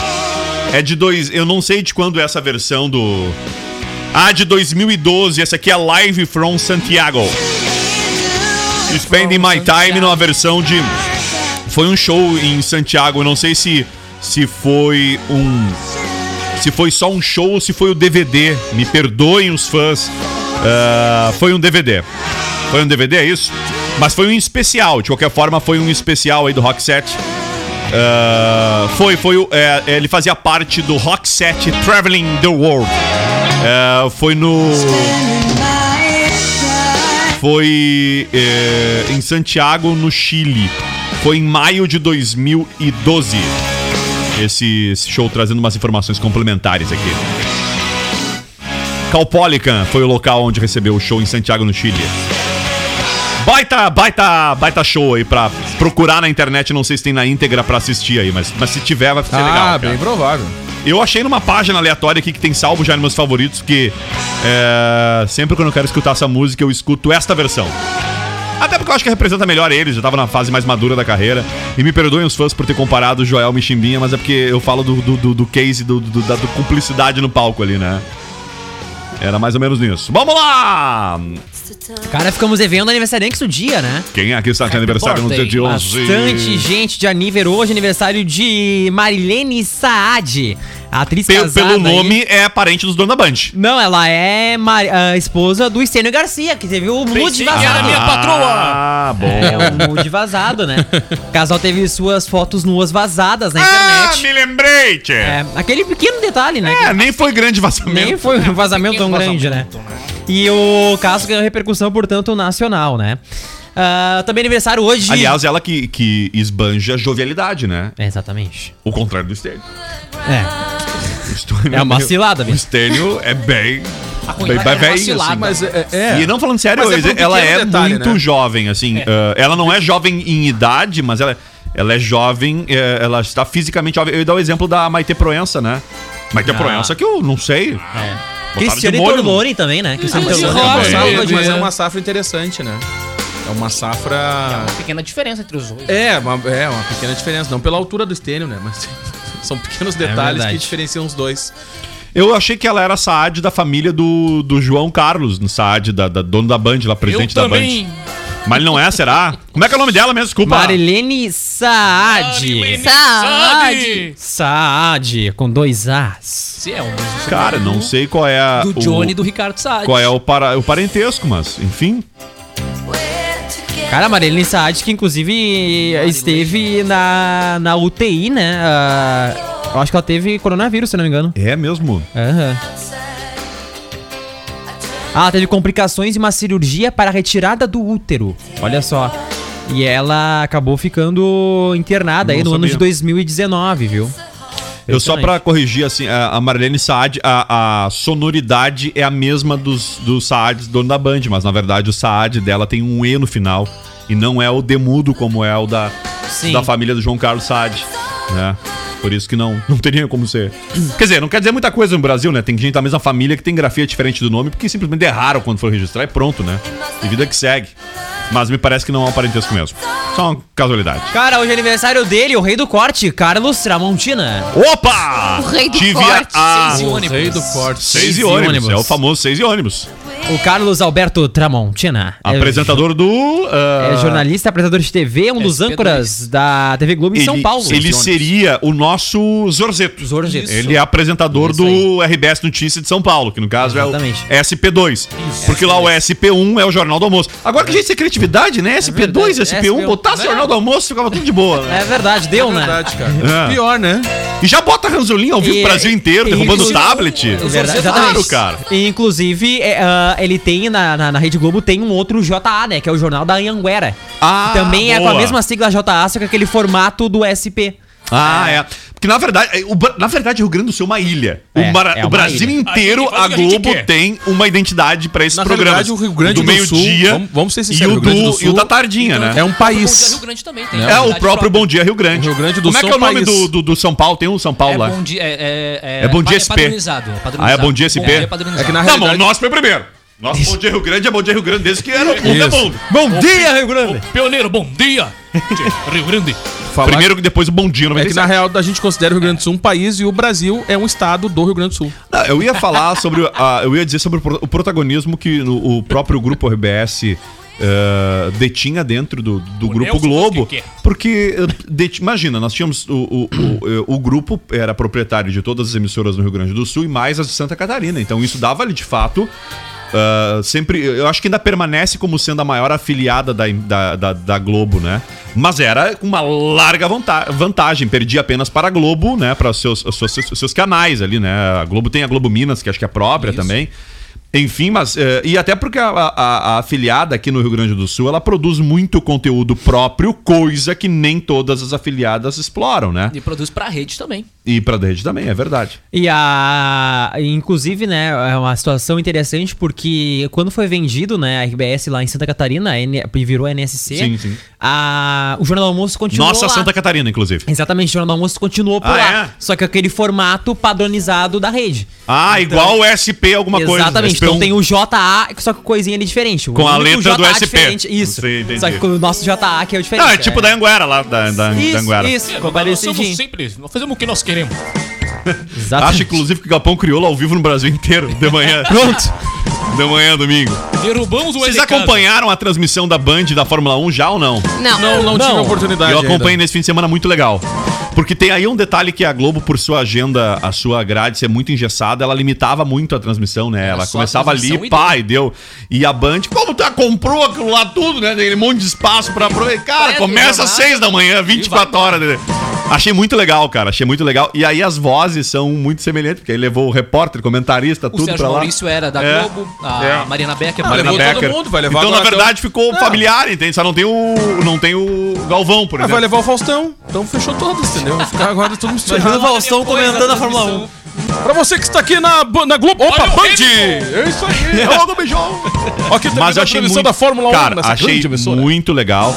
[SPEAKER 4] Eu não sei de quando é essa versão do... de 2012. Essa aqui é Live from Santiago. Spending My Time numa versão de... Foi um show em Santiago. Eu não sei se foi se foi só um show ou se foi o DVD. Me perdoem os fãs. Foi um DVD. Foi um DVD, é isso? Mas foi um especial. De qualquer forma, foi um especial aí do Rock 7. Ele fazia parte do Rock 7 Traveling the World. Foi em Santiago, no Chile. Foi em maio de 2012. Esse show trazendo umas informações complementares aqui. Caupolicán foi o local onde recebeu o show em Santiago, no Chile. Baita show aí pra procurar na internet. Não sei se tem na íntegra pra assistir aí, mas se tiver vai ser legal. Cara.
[SPEAKER 9] Bem provável.
[SPEAKER 4] Eu achei numa página aleatória aqui que tem salvo já nos meus favoritos, porque sempre quando eu quero escutar essa música, eu escuto esta versão. Até porque eu acho que representa melhor eles, já tava na fase mais madura da carreira. E me perdoem os fãs por ter comparado o Joelma e Chimbinha, mas é porque eu falo do case, da cumplicidade no palco ali, né? Era mais ou menos nisso. Vamos lá!
[SPEAKER 6] Cara, ficamos devendo aniversariantes do dia, né?
[SPEAKER 4] Quem aqui está de aniversário no dia de hoje?
[SPEAKER 6] Bastante gente de aniversário hoje, aniversário de Marilene Saad. A atriz casada
[SPEAKER 4] pelo nome,
[SPEAKER 6] aí.
[SPEAKER 4] é parente dos donos da Band.
[SPEAKER 6] Não, ela é a esposa do Estênio Garcia, que teve o nude vazado.
[SPEAKER 7] Era minha patroa.
[SPEAKER 4] Bom.
[SPEAKER 6] É, um nude vazado, né? O casal teve suas fotos nuas vazadas na internet.
[SPEAKER 4] Me lembrei, tchê.
[SPEAKER 6] Aquele pequeno detalhe, né?
[SPEAKER 4] Nem foi grande vazamento.
[SPEAKER 6] Nem foi um vazamento tão grande, né? E o caso ganhou repercussão, portanto, nacional, né? Também aniversário hoje.
[SPEAKER 4] Aliás, ela que esbanja jovialidade, né?
[SPEAKER 6] Exatamente.
[SPEAKER 4] O contrário do Estênio.
[SPEAKER 6] É uma cilada,
[SPEAKER 4] O
[SPEAKER 6] mesmo.
[SPEAKER 4] Estênio é bem velho, assim.
[SPEAKER 9] Mas
[SPEAKER 4] E não falando sério,
[SPEAKER 9] Mas é por um
[SPEAKER 4] ela
[SPEAKER 9] pequeno
[SPEAKER 4] é
[SPEAKER 9] detalhe,
[SPEAKER 4] muito
[SPEAKER 9] né?
[SPEAKER 4] jovem, assim. Ela não é jovem em idade, mas ela é jovem, ela está fisicamente jovem. Eu ia dar o exemplo da Maite Proença, né? Mas tem a Proença que eu não sei.
[SPEAKER 6] Cristiano Torlone também, né? Cristiano Torlone.
[SPEAKER 9] Mas é uma safra interessante, né? É uma safra...
[SPEAKER 7] É uma pequena diferença entre os dois.
[SPEAKER 9] É uma pequena diferença. Não pela altura do estênio, né? Mas são pequenos detalhes que diferenciam os dois.
[SPEAKER 4] Eu achei que ela era a Saad da família do João Carlos, no Saad, da dono da Band, lá, presidente da Band. Mas ele não é, será? Como é que é o nome dela mesmo? Desculpa.
[SPEAKER 6] Marilene Saad. Saad, com 2 As.
[SPEAKER 7] Sim, é
[SPEAKER 4] Cara, não sei qual é a...
[SPEAKER 7] Do Johnny e do Ricardo Saad.
[SPEAKER 4] Qual é o parentesco, mas, enfim...
[SPEAKER 6] Cara, a Marilene Saad, que inclusive esteve na UTI, né? Eu acho que ela teve coronavírus, se não me engano.
[SPEAKER 4] É mesmo?
[SPEAKER 6] Aham. Ela teve complicações e uma cirurgia para a retirada do útero. Olha só. E ela acabou ficando internada aí no ano de 2019, viu?
[SPEAKER 4] Eu só pra corrigir, assim, a Marilene Saad, a sonoridade é a mesma dos Saads, dono da Band, mas na verdade o Saad dela tem um E no final e não é o demudo como é o da família do João Carlos Saad, né? Por isso que não teria como ser. Quer dizer, não quer dizer muita coisa no Brasil, né? Tem gente da mesma família que tem grafia diferente do nome porque simplesmente erraram quando for registrar e pronto, né? E vida que segue. Mas me parece que não é um parentesco mesmo. Só uma casualidade.
[SPEAKER 6] Cara, hoje é aniversário dele, o rei do corte, Carlos Tramontina.
[SPEAKER 4] Opa!
[SPEAKER 8] O rei do corte.
[SPEAKER 9] O rei do corte.
[SPEAKER 4] 6 e ônibus. É o famoso 6 e ônibus.
[SPEAKER 6] O Carlos Alberto Tramontina.
[SPEAKER 4] Apresentador do...
[SPEAKER 6] É jornalista, apresentador de TV, um dos âncoras da TV Globo em São Paulo.
[SPEAKER 4] Ele seria o nosso Zorzeto. Ele é apresentador do RBS Notícias de São Paulo, que no caso é o SP2. Porque lá o SP1 é o Jornal do Almoço. Agora que a gente tem criatividade, né? SP2 e SP1, botasse o Jornal do Almoço, ficava tudo de boa. Né?
[SPEAKER 6] É verdade, deu, né?
[SPEAKER 9] É verdade, cara. Pior, né?
[SPEAKER 4] E já bota Ranzolin ao vivo pro Brasil inteiro, derrubando o tablet.
[SPEAKER 6] Exatamente.
[SPEAKER 4] Claro, cara.
[SPEAKER 6] E, inclusive, ele tem na Rede Globo tem um outro JA, né? Que é o Jornal da Anhanguera.
[SPEAKER 4] Ah,
[SPEAKER 6] também
[SPEAKER 4] boa.
[SPEAKER 6] É com a mesma sigla JA, só que aquele formato do SP.
[SPEAKER 4] É. Porque na verdade Rio Grande do Sul é uma ilha. O Brasil
[SPEAKER 6] ilha.
[SPEAKER 4] inteiro, a Globo tem uma identidade pra esse programa.
[SPEAKER 9] Na verdade, o Rio Grande do Sul, vamos ser sinceros,
[SPEAKER 4] e o da tardinha, né?
[SPEAKER 9] É um país.
[SPEAKER 7] O Rio Grande também tem.
[SPEAKER 4] É o próprio Bom Dia Rio Grande.
[SPEAKER 9] Rio Grande do Sul.
[SPEAKER 4] Como é que é o nome do São Paulo? Tem um São Paulo lá.
[SPEAKER 7] É
[SPEAKER 4] Bom Dia SP.
[SPEAKER 7] Padronizado.
[SPEAKER 4] É Bom Dia SP?
[SPEAKER 9] É que na
[SPEAKER 4] realidade... Não, o nosso foi primeiro. Nosso Bom Dia Rio Grande é Bom Dia Rio Grande desde que era o mundo.
[SPEAKER 6] Bom dia, Rio Grande!
[SPEAKER 7] Pioneiro, bom dia! Rio Grande.
[SPEAKER 4] Primeiro que depois o Bom Dia 97.
[SPEAKER 9] É que na real a gente considera o Rio Grande do Sul um país e o Brasil é um estado do Rio Grande do Sul.
[SPEAKER 4] Não, eu ia falar sobre... eu ia dizer sobre o protagonismo que o próprio grupo RBS... detinha dentro do Grupo Globo, porque imagina, nós tínhamos o grupo era proprietário de todas as emissoras no Rio Grande do Sul e mais as de Santa Catarina, então isso dava-lhe de fato sempre, eu acho que ainda permanece como sendo a maior afiliada da Globo, né? Mas era com uma larga vantagem, perdia apenas para a Globo, né? Para os seus canais ali, né? A Globo tem a Globo Minas, que acho que é própria também. Enfim, mas... e até porque a afiliada aqui no Rio Grande do Sul, ela produz muito conteúdo próprio, coisa que nem todas as afiliadas exploram, né?
[SPEAKER 7] E produz pra rede também.
[SPEAKER 4] E pra rede também, é verdade.
[SPEAKER 6] E inclusive, né, é uma situação interessante porque quando foi vendido, né, a RBS lá em Santa Catarina, e virou a NSC,
[SPEAKER 4] sim.
[SPEAKER 6] O Jornal do Almoço continuou
[SPEAKER 4] Nossa,
[SPEAKER 6] lá.
[SPEAKER 4] Santa Catarina, inclusive.
[SPEAKER 6] Exatamente, o Jornal do Almoço continuou por lá.
[SPEAKER 4] É?
[SPEAKER 6] Só que aquele formato padronizado da rede.
[SPEAKER 4] Então, igual o SP alguma coisa.
[SPEAKER 6] Exatamente,
[SPEAKER 4] SP1.
[SPEAKER 6] então tem o JA, só que coisinha ali diferente.
[SPEAKER 4] Com a letra do SP.
[SPEAKER 6] Diferente. Isso.
[SPEAKER 4] Sim,
[SPEAKER 6] só que o nosso JA que é o diferente.
[SPEAKER 4] Não, é tipo da Anguera lá, da Anguera.
[SPEAKER 6] Isso,
[SPEAKER 7] nós somos simples, nós fazemos o que nós queremos.
[SPEAKER 6] Exatamente.
[SPEAKER 4] Acho, inclusive, que o Galpão Crioulo ao vivo no Brasil inteiro, de manhã.
[SPEAKER 6] Pronto.
[SPEAKER 4] De manhã, domingo.
[SPEAKER 7] Derrubamos o
[SPEAKER 4] Vocês acompanharam a transmissão da Band da Fórmula 1 já ou não?
[SPEAKER 8] Não
[SPEAKER 9] tive a oportunidade.
[SPEAKER 4] Eu acompanhei nesse fim de semana, muito legal. Porque tem aí um detalhe que a Globo, por sua agenda, a sua grade ser muito engessada, ela limitava muito a transmissão, né? Ela começava ali, e deu. E a Band, como comprou aquilo lá tudo, né? Aquele monte de espaço pra aproveitar. Cara, começa às 6 da manhã, 24 horas. Né? Achei muito legal, cara. Achei muito legal. E aí as vozes são muito semelhantes, porque aí levou o repórter, comentarista, tudo pra lá.
[SPEAKER 7] O Maurício era da Globo, a Mariana Becker.
[SPEAKER 9] Todo mundo, vai levar.
[SPEAKER 4] Então, na verdade, ficou familiar, entende? Só não tem o Galvão, por exemplo.
[SPEAKER 9] Vai levar o Faustão. Então fechou todos, entendeu? Vai ficar agora todo mundo
[SPEAKER 6] Imagina o Faustão comentando a Fórmula 1.
[SPEAKER 9] Pra você que está aqui na Globo. Opa, Band! É isso aí.
[SPEAKER 4] Logo beijão.
[SPEAKER 9] Mas eu achei muito,
[SPEAKER 4] da Fórmula 1 cara, achei muito legal.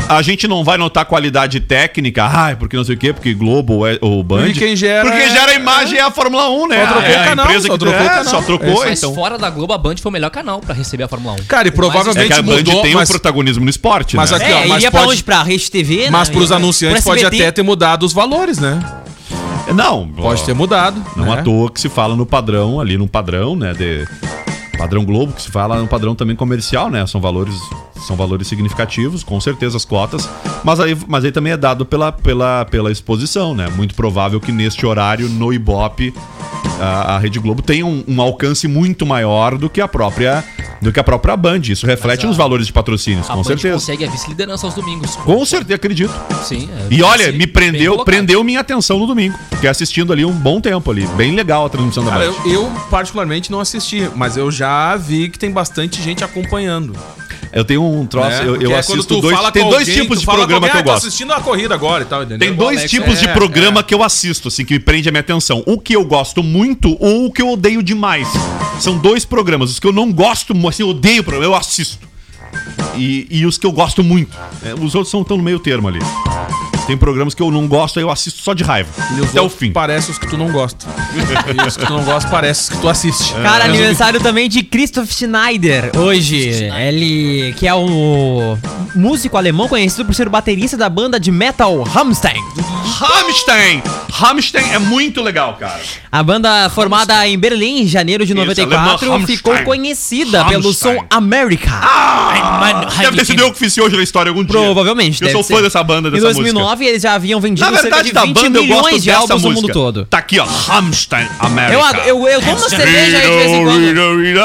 [SPEAKER 4] A gente não vai notar qualidade técnica, porque não sei o quê, porque Globo ou Band.
[SPEAKER 9] Porque quem gera
[SPEAKER 4] a imagem é a Fórmula 1, né?
[SPEAKER 9] Só trocou o canal,
[SPEAKER 4] empresa só trocou.
[SPEAKER 7] Mas
[SPEAKER 4] então.
[SPEAKER 7] fora da Globo, a Band foi o melhor canal pra receber a Fórmula 1.
[SPEAKER 9] Cara, e provavelmente
[SPEAKER 4] que a Band
[SPEAKER 9] mudou,
[SPEAKER 4] tem um protagonismo no esporte,
[SPEAKER 9] mas
[SPEAKER 4] né?
[SPEAKER 9] aqui, ó, mas
[SPEAKER 6] iria pra onde? Pra Rede TV,
[SPEAKER 9] Mas
[SPEAKER 6] né?
[SPEAKER 9] pros anunciantes pode até ter mudado os valores, né?
[SPEAKER 4] Não.
[SPEAKER 9] Pode ter mudado.
[SPEAKER 4] Não à toa que se fala no padrão, ali no padrão, né? Padrão Globo, que se fala no padrão também comercial, né? São valores significativos, com certeza as cotas, mas aí também é dado pela exposição, né? Muito provável que neste horário, no Ibope, a Rede Globo tenha um alcance muito maior do que a própria Band. Isso reflete nos valores de patrocínios, com certeza.
[SPEAKER 7] A Band consegue a vice-liderança aos domingos.
[SPEAKER 4] Com certeza, acredito.
[SPEAKER 7] Sim.
[SPEAKER 4] E olha, me prendeu minha atenção no domingo. Fiquei assistindo ali um bom tempo ali. Bem legal a transmissão da Band.
[SPEAKER 9] Eu particularmente não assisti, mas eu já vi que tem bastante gente acompanhando.
[SPEAKER 4] Eu tenho um troço, eu assisto tem dois tipos de programa que eu gosto.
[SPEAKER 9] Tô assistindo a corrida agora e tal, entendeu?
[SPEAKER 4] Tem dois tipos de programa que eu assisto, assim, que me prende a minha atenção. O que eu gosto muito ou o que eu odeio demais. São dois programas. Os que eu não gosto, assim, eu odeio o programa, eu assisto. E os que eu gosto muito. Os outros estão no meio termo ali. Tem programas que eu não gosto, aí eu assisto só de raiva. Até o fim.
[SPEAKER 9] Parece os que tu não gosta. E os que tu não gosta parece os que tu assiste.
[SPEAKER 6] Cara, aniversário também de Christoph Schneider hoje. Ele, que é o músico alemão conhecido por ser o baterista da banda de metal Rammstein.
[SPEAKER 4] Rammstein é muito legal, cara.
[SPEAKER 6] A banda formada em Berlim em janeiro de 94 ficou conhecida pelo som America.
[SPEAKER 4] Deve ter sido eu que fiz hoje na história algum dia.
[SPEAKER 6] Provavelmente.
[SPEAKER 4] Eu sou fã dessa banda, dessa música.
[SPEAKER 6] Em 2009 eles já haviam vendido
[SPEAKER 4] cerca de 20 milhões de álbuns no mundo todo. Tá aqui, ó, Rammstein America.
[SPEAKER 6] Eu tomo uma cerveja aí de vez em quando.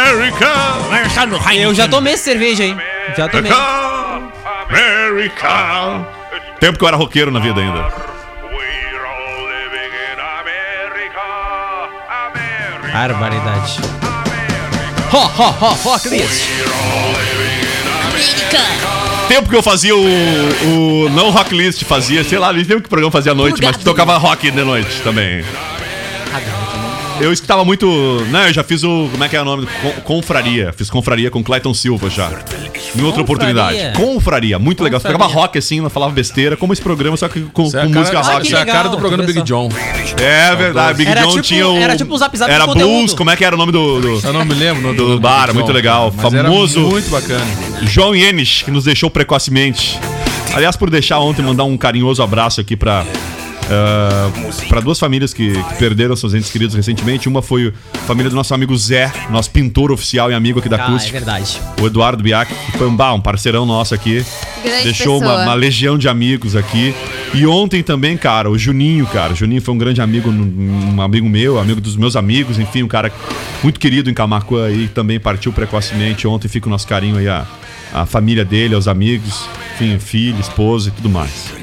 [SPEAKER 6] Eu já tomei essa cerveja aí. Já tomei.
[SPEAKER 4] America. Tempo que eu era roqueiro na vida ainda.
[SPEAKER 6] Barbaridade. Cris.
[SPEAKER 4] Tempo que eu fazia o não rock list, fazia, sei lá, nem lembro que programa fazia à noite, mas tocava rock de noite também. Eu escutava muito, né, eu já fiz como é que é o nome? Confraria. Fiz Confraria com Clayton Silva já. Em outra oportunidade. Confraria, muito legal. Você tocava rock assim, não falava besteira, como esse programa, só que com música rock.
[SPEAKER 9] Isso é a cara do programa Big John.
[SPEAKER 4] É verdade, Big John tinha o...
[SPEAKER 6] Era tipo um zap
[SPEAKER 4] Era Blues, como é que era o nome do...
[SPEAKER 9] Eu não me lembro
[SPEAKER 4] do bar, muito legal. Famoso...
[SPEAKER 9] muito bacana.
[SPEAKER 4] João Yenis, que nos deixou precocemente. Aliás, por deixar ontem, mandar um carinhoso abraço aqui para duas famílias que perderam seus entes queridos recentemente. Uma foi a família do nosso amigo Zé, nosso pintor oficial e amigo aqui da Acústica.
[SPEAKER 6] É verdade.
[SPEAKER 4] O Eduardo Biak, que foi um parceirão nosso aqui.
[SPEAKER 8] Grande
[SPEAKER 4] deixou uma legião de amigos aqui. E ontem também, cara, o Juninho, cara. O Juninho foi um grande amigo, um amigo meu, amigo dos meus amigos, enfim, um cara muito querido em Camaquã aí, também partiu precocemente. Ontem fica o nosso carinho aí, a família dele, aos amigos, enfim, filho, esposa e tudo mais.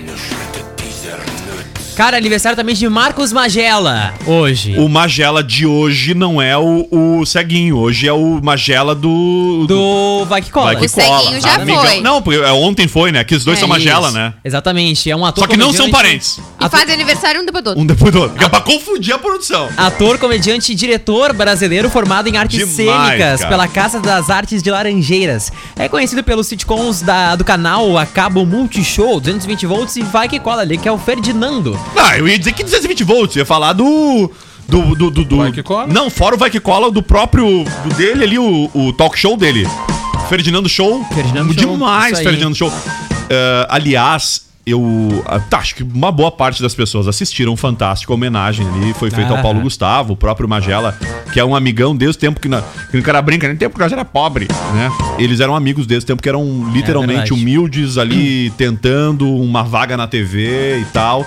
[SPEAKER 6] Cara, aniversário também de Marcos Magela, hoje.
[SPEAKER 4] O Magela de hoje não é o Ceguinho, hoje é o Magela
[SPEAKER 6] do Vai Que Cola.
[SPEAKER 8] O Ceguinho já foi.
[SPEAKER 4] Não, ontem foi, né? Que os dois são Magela,
[SPEAKER 6] isso.
[SPEAKER 4] Né?
[SPEAKER 6] Exatamente, é um ator.
[SPEAKER 4] Só que não são parentes.
[SPEAKER 8] E fazem aniversário um depois do outro.
[SPEAKER 4] Um depois do outro. É pra confundir a produção.
[SPEAKER 6] Ator, comediante e diretor brasileiro formado em artes cênicas pela Casa das Artes de Laranjeiras. É conhecido pelos sitcoms do canal A Cabo Multishow, 220 volts e Vai Que Cola ali, que é o Ferdinando.
[SPEAKER 4] Não, eu ia dizer que 220 volts, ia falar do
[SPEAKER 9] Vai Que Cola?
[SPEAKER 4] Não, fora o Vai Que Cola, do próprio dele ali, o talk show dele. Ferdinando Show. Demais, Ferdinando Show. Aliás, acho que uma boa parte das pessoas assistiram Fantástica homenagem ali, foi feito ao Paulo Gustavo, o próprio Magela, que é um amigão desde o tempo que o cara brinca, nem tempo que nós era pobre, né? Eles eram amigos desde o tempo que eram literalmente humildes ali, tentando uma vaga na TV e tal.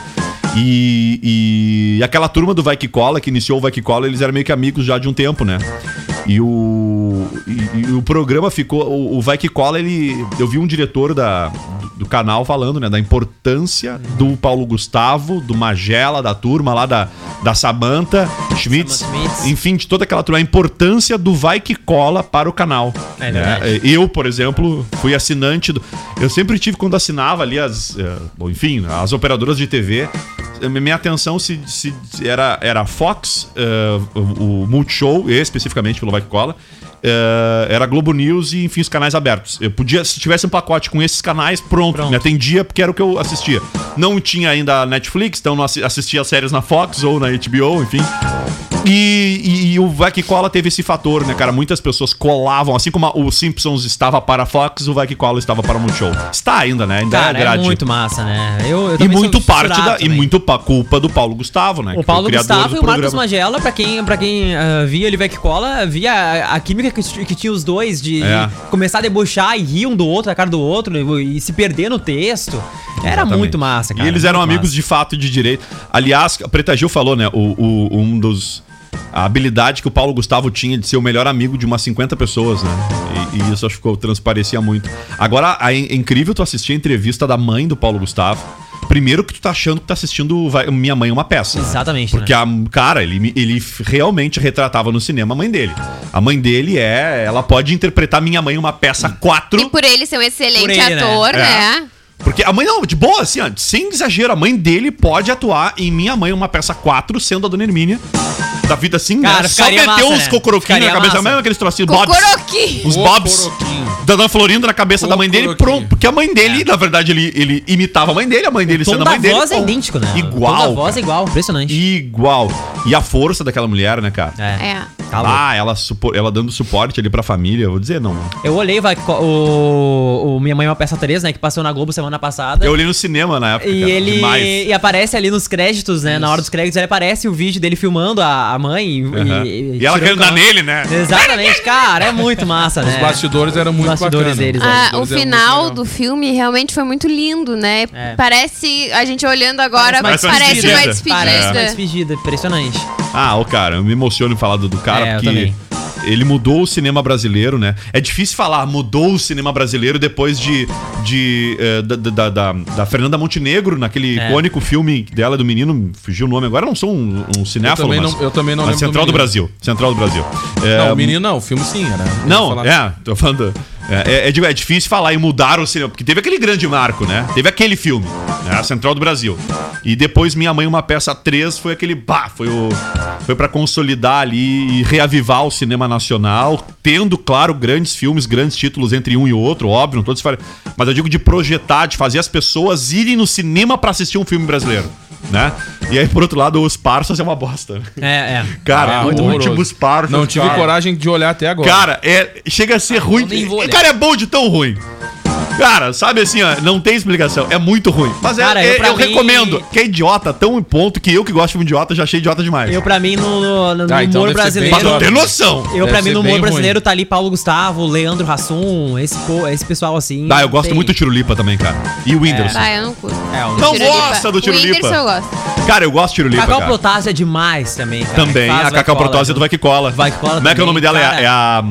[SPEAKER 4] E aquela turma do Vai Que Cola, que iniciou o Vai Que Cola, eles eram meio que amigos já de um tempo, né? E o programa ficou... O Vai Que Cola, eu vi um diretor do canal falando, né? Da importância do Paulo Gustavo, do Magela, da turma lá da Samantha Schmitz, enfim, de toda aquela turma. A importância do Vai Que Cola para o canal. Né? Eu, por exemplo, fui assinante eu sempre tive, quando assinava ali as operadoras de TV, minha atenção era a Fox, o Multishow, especificamente pelo Vai Que Cola, era Globo News e, enfim, os canais abertos. Eu podia, se tivesse um pacote com esses canais, pronto. Me atendia porque era o que eu assistia. Não tinha ainda Netflix, então não assistia as séries na Fox ou na HBO, enfim. E o Vai Que Cola teve esse fator, né, cara? Muitas pessoas colavam, assim como o Simpsons estava para a Fox, o Vai Que Cola estava para o Multishow. Está ainda, né? Ainda
[SPEAKER 6] cara,
[SPEAKER 4] é grade.
[SPEAKER 6] É muito massa, né? Eu
[SPEAKER 4] e muito parte e muito culpa do Paulo Gustavo, né?
[SPEAKER 6] O Paulo Gustavo e o Marcos Magela, pra quem via ele Vai Que Cola, via a química que tinha os dois, de começar a debochar e rir um do outro, a cara do outro, e se perder no texto. Era muito massa, cara.
[SPEAKER 4] E eles eram amigos de fato e de direito. Aliás, a Preta Gil falou, né? A habilidade que o Paulo Gustavo tinha de ser o melhor amigo de umas 50 pessoas, né? E isso acho que transparecia muito. Agora, é incrível tu assistir a entrevista da mãe do Paulo Gustavo. Primeiro que tu tá achando que tá assistindo Minha Mãe é uma Peça.
[SPEAKER 6] Exatamente.
[SPEAKER 4] Porque, cara, ele realmente retratava no cinema a mãe dele. A mãe dele ela pode interpretar Minha Mãe é uma Peça 4.
[SPEAKER 8] E por ele ser um excelente ator, né?
[SPEAKER 4] Porque a mãe, não, de boa, assim, ó, sem exagero, a mãe dele pode atuar em Minha Mãe é uma Peça 4, sendo a Dona Hermínia. Da vida assim, cara, né? Só meteu uns cocoroquinhos na cabeça, mesmo aqueles trocinhos, os bobs da Dona Florinda na cabeça da mãe dele, pronto. Porque a mãe dele, na verdade, ele imitava a mãe dele sendo a mãe dele.
[SPEAKER 6] A voz é idêntico, né?
[SPEAKER 4] Igual.
[SPEAKER 6] Toda a voz é igual, impressionante.
[SPEAKER 4] Igual. E a força daquela mulher, né, cara? Ela dando suporte ali pra família, eu vou dizer, não.
[SPEAKER 6] Eu olhei o Minha Mãe é uma Peça 3, né, que passou na Globo semana passada.
[SPEAKER 4] Eu olhei no cinema na época,
[SPEAKER 6] e aparece ali nos créditos, né, na hora dos créditos, ele aparece o vídeo dele filmando a mãe
[SPEAKER 4] e ela querendo dar nele, né?
[SPEAKER 6] Exatamente, cara, é muito massa, né?
[SPEAKER 9] Os bastidores eram muito bacanas.
[SPEAKER 8] O final do filme realmente foi muito lindo, né? Parece, a gente olhando agora, parece uma despedida.
[SPEAKER 6] Parece uma despedida, impressionante.
[SPEAKER 4] Cara, eu me emociono em falar do cara, porque ele mudou o cinema brasileiro, né? É difícil falar, mudou o cinema brasileiro depois da Fernanda Montenegro, naquele icônico filme dela, do menino, fugiu o nome agora, não sou um cinéfilo,
[SPEAKER 9] eu também não lembro.
[SPEAKER 4] Central do Brasil.
[SPEAKER 9] Não, o menino não, o filme sim, era.
[SPEAKER 4] Tô falando. É difícil falar em mudar o cinema, porque teve aquele grande marco, né? Teve aquele filme, né? A Central do Brasil. E depois Minha Mãe, uma Peça 3, foi aquele foi pra consolidar ali e reavivar o cinema nacional, tendo, claro, grandes filmes, grandes títulos entre um e outro, óbvio, não tô falando. Mas eu digo de projetar, de fazer as pessoas irem no cinema pra assistir um filme brasileiro, né? E aí, por outro lado, Os Parças é uma bosta. Cara, o Últimos Parças.
[SPEAKER 9] Não tive coragem de olhar até agora.
[SPEAKER 4] Cara, chega a ser ruim. Cara, é bom de tão ruim. Cara, sabe assim, ó, não tem explicação. É muito ruim. Mas
[SPEAKER 6] cara,
[SPEAKER 4] eu recomendo. Que é idiota, tão em ponto que eu que gosto de um idiota já achei idiota demais.
[SPEAKER 6] Eu, pra mim, no humor brasileiro.
[SPEAKER 4] Mas não tem noção.
[SPEAKER 6] Eu, pra mim, no humor brasileiro, tá ali Paulo Gustavo, Leandro Hassum, esse pessoal assim.
[SPEAKER 4] Eu gosto muito do Tirulipa também, cara. E o Whindersson.
[SPEAKER 8] Eu não curto.
[SPEAKER 4] Não gosta do Tirulipa.
[SPEAKER 8] O Whindersson eu gosto.
[SPEAKER 4] Cara, eu gosto de Tirulipa.
[SPEAKER 6] Cacau Protásio é demais também, cara.
[SPEAKER 4] Também, a Cacau Protásio é do Vai Que Cola.
[SPEAKER 6] Vai Que Cola.
[SPEAKER 4] Como é que é o nome dela? É a.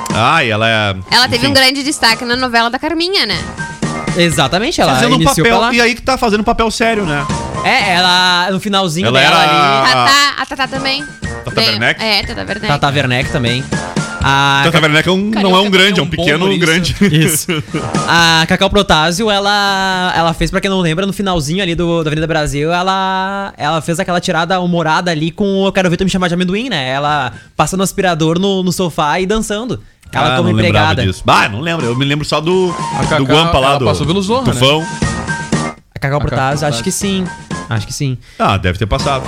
[SPEAKER 8] Ela teve um grande destaque na novela da Carminha, né?
[SPEAKER 6] Exatamente, ela
[SPEAKER 4] fazendo um papel, e aí que tá fazendo um papel sério, né?
[SPEAKER 6] Ela, no finalzinho
[SPEAKER 4] ela
[SPEAKER 6] dela
[SPEAKER 4] ali...
[SPEAKER 8] A Tatá também.
[SPEAKER 4] Tata Werneck?
[SPEAKER 8] Tata Werneck.
[SPEAKER 6] Tata Werneck também.
[SPEAKER 4] Tata Werneck não é um grande, é um pequeno grande.
[SPEAKER 6] Isso. A Cacau Protásio, ela fez, pra quem não lembra, no finalzinho ali da Avenida Brasil, ela fez aquela tirada humorada ali com Eu Quero Ver Tu Me Chamar de Amendoim, né? Ela passando aspirador no sofá e dançando. Ela como empregada.
[SPEAKER 4] Disso. Não lembro. Eu me lembro só do Guampa lá, do
[SPEAKER 9] passou pelo Zorro,
[SPEAKER 4] Tufão.
[SPEAKER 9] Né?
[SPEAKER 6] A Cacau Protásio, acho que sim.
[SPEAKER 4] Deve ter passado.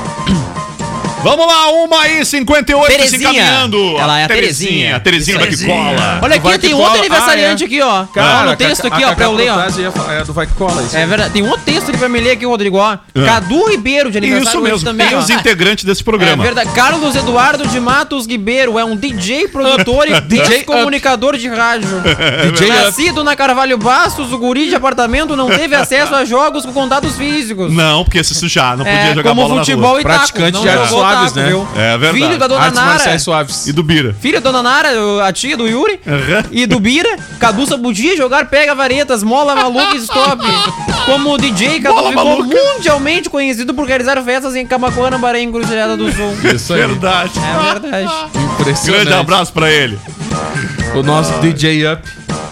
[SPEAKER 4] Vamos lá, 1h58, se encaminhando.
[SPEAKER 6] Ela é a Terezinha.
[SPEAKER 4] A Terezinha Vai Que Cola.
[SPEAKER 6] Olha aqui, tem outro aniversariante aqui, ó.
[SPEAKER 9] Cara,
[SPEAKER 6] no texto aqui, ó, pra eu ler, ó.
[SPEAKER 9] É do Vai Que Cola, isso.
[SPEAKER 6] É verdade. Tem um outro texto ali pra me ler aqui, Rodrigo, ó. Cadu Ribeiro, de aniversário.
[SPEAKER 4] Isso mesmo,
[SPEAKER 6] também.
[SPEAKER 4] Tem os integrantes desse programa.
[SPEAKER 6] É verdade. Carlos Eduardo de Matos Ribeiro é um DJ, produtor e DJ comunicador de rádio. Nascido na Carvalho Bastos, o guri de apartamento não teve acesso a jogos com contatos físicos.
[SPEAKER 4] Não, porque se sujar, não podia jogar bola na rua.
[SPEAKER 6] Como futebol e taco.
[SPEAKER 9] Praticante de artes suaves, né?
[SPEAKER 4] É verdade.
[SPEAKER 6] Filho da Dona Nara.
[SPEAKER 9] Suaves.
[SPEAKER 4] E do Bira.
[SPEAKER 6] Filho da Dona Nara, a tia do Yuri. E do Bira. Cadu só podia jogar pega-varetas, mola maluca e stop. Como DJ, Cadu ficou mundialmente conhecido por realizar festas em Camaquana, Bahrein, Encruzilhada do Sul.
[SPEAKER 4] Isso aí. Verdade.
[SPEAKER 6] É verdade.
[SPEAKER 9] Impressionante.
[SPEAKER 4] Grande abraço pra ele.
[SPEAKER 9] O nosso DJ Up.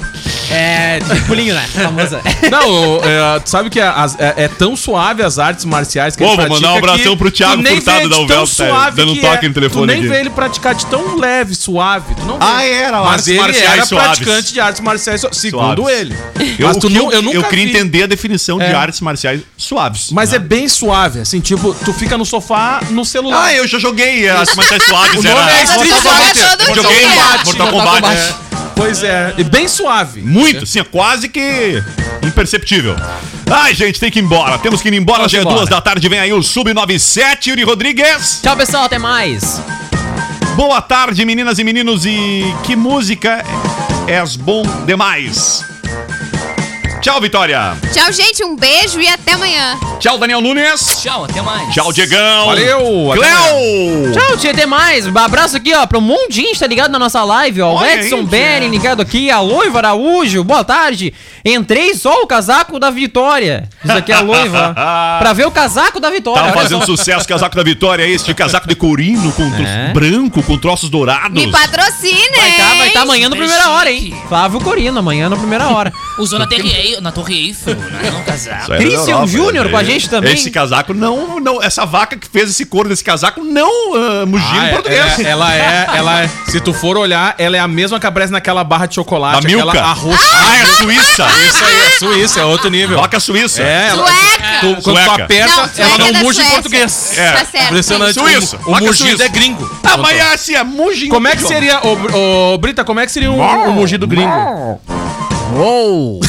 [SPEAKER 6] De pulinho, né? Famosa.
[SPEAKER 9] Não, tu sabe que é tão suave as artes marciais que
[SPEAKER 4] ele pratica. Vou mandar um abração pro Thiago Furtado da Uvel,
[SPEAKER 9] dando um toque no telefone. Tu nem vê ele praticar de tão leve, suave. Tu não vê.
[SPEAKER 4] Era
[SPEAKER 9] mas ele era praticante de artes marciais, segundo ele.
[SPEAKER 4] Eu queria entender a definição de artes marciais suaves.
[SPEAKER 9] Mas é bem suave, assim, tipo, tu fica no sofá, no celular.
[SPEAKER 4] Eu já joguei artes marciais suaves.
[SPEAKER 9] O nome é Street
[SPEAKER 4] Fighter. Joguei Mortal Kombat.
[SPEAKER 9] Pois é, e bem suave.
[SPEAKER 4] Muito, sim, quase que imperceptível. Ai, gente, tem que ir embora. Temos que ir embora, já é 2 da tarde. Vem aí o Sub-97, Yuri Rodrigues.
[SPEAKER 6] Tchau, pessoal, até mais.
[SPEAKER 4] Boa tarde, meninas e meninos. E que música és bom demais. Tchau, Vitória.
[SPEAKER 8] Tchau, gente. Um beijo e até amanhã.
[SPEAKER 4] Tchau, Daniel Nunes.
[SPEAKER 7] Tchau, até mais.
[SPEAKER 4] Tchau, Diegão.
[SPEAKER 9] Valeu.
[SPEAKER 4] Cléo.
[SPEAKER 6] Tchau, tia, até mais. Um abraço aqui, ó, pro Mundinho, tá ligado na nossa live, ó. O Edson Beren ligado aqui, a Loiva Araújo. Boa tarde. Entrei só o casaco da Vitória. Isso aqui é a Loiva. Pra ver o casaco da Vitória.
[SPEAKER 4] Tava fazendo sucesso o casaco da Vitória, este casaco de courino com branco, com troços dourados.
[SPEAKER 8] Me patrocine.
[SPEAKER 6] Vai tá amanhã no primeira hora, hein? Flávio Corino, amanhã na primeira hora.
[SPEAKER 7] Usou na Torre Eiffel, né? Não casaco.
[SPEAKER 6] Christian Júnior com a gente também.
[SPEAKER 4] Esse casaco não, essa vaca que fez esse couro desse casaco não mugiu em português.
[SPEAKER 9] Ela é, se tu for olhar, ela é a mesma que aparece naquela barra de chocolate.
[SPEAKER 4] Da Milka.
[SPEAKER 9] Aquela roxa.
[SPEAKER 4] É suíça.
[SPEAKER 9] Isso aí, é Suíça, é outro nível.
[SPEAKER 4] Vaca suíça.
[SPEAKER 8] Sueca.
[SPEAKER 9] Quando tu aperta, ela não muge em português.
[SPEAKER 8] Tá certo.
[SPEAKER 9] Impressionante.
[SPEAKER 4] Suíça.
[SPEAKER 9] O mugido é gringo.
[SPEAKER 4] Mas assim, é mugido.
[SPEAKER 9] Como é que seria, Brita, como é que seria um mugido gringo?
[SPEAKER 6] Uou!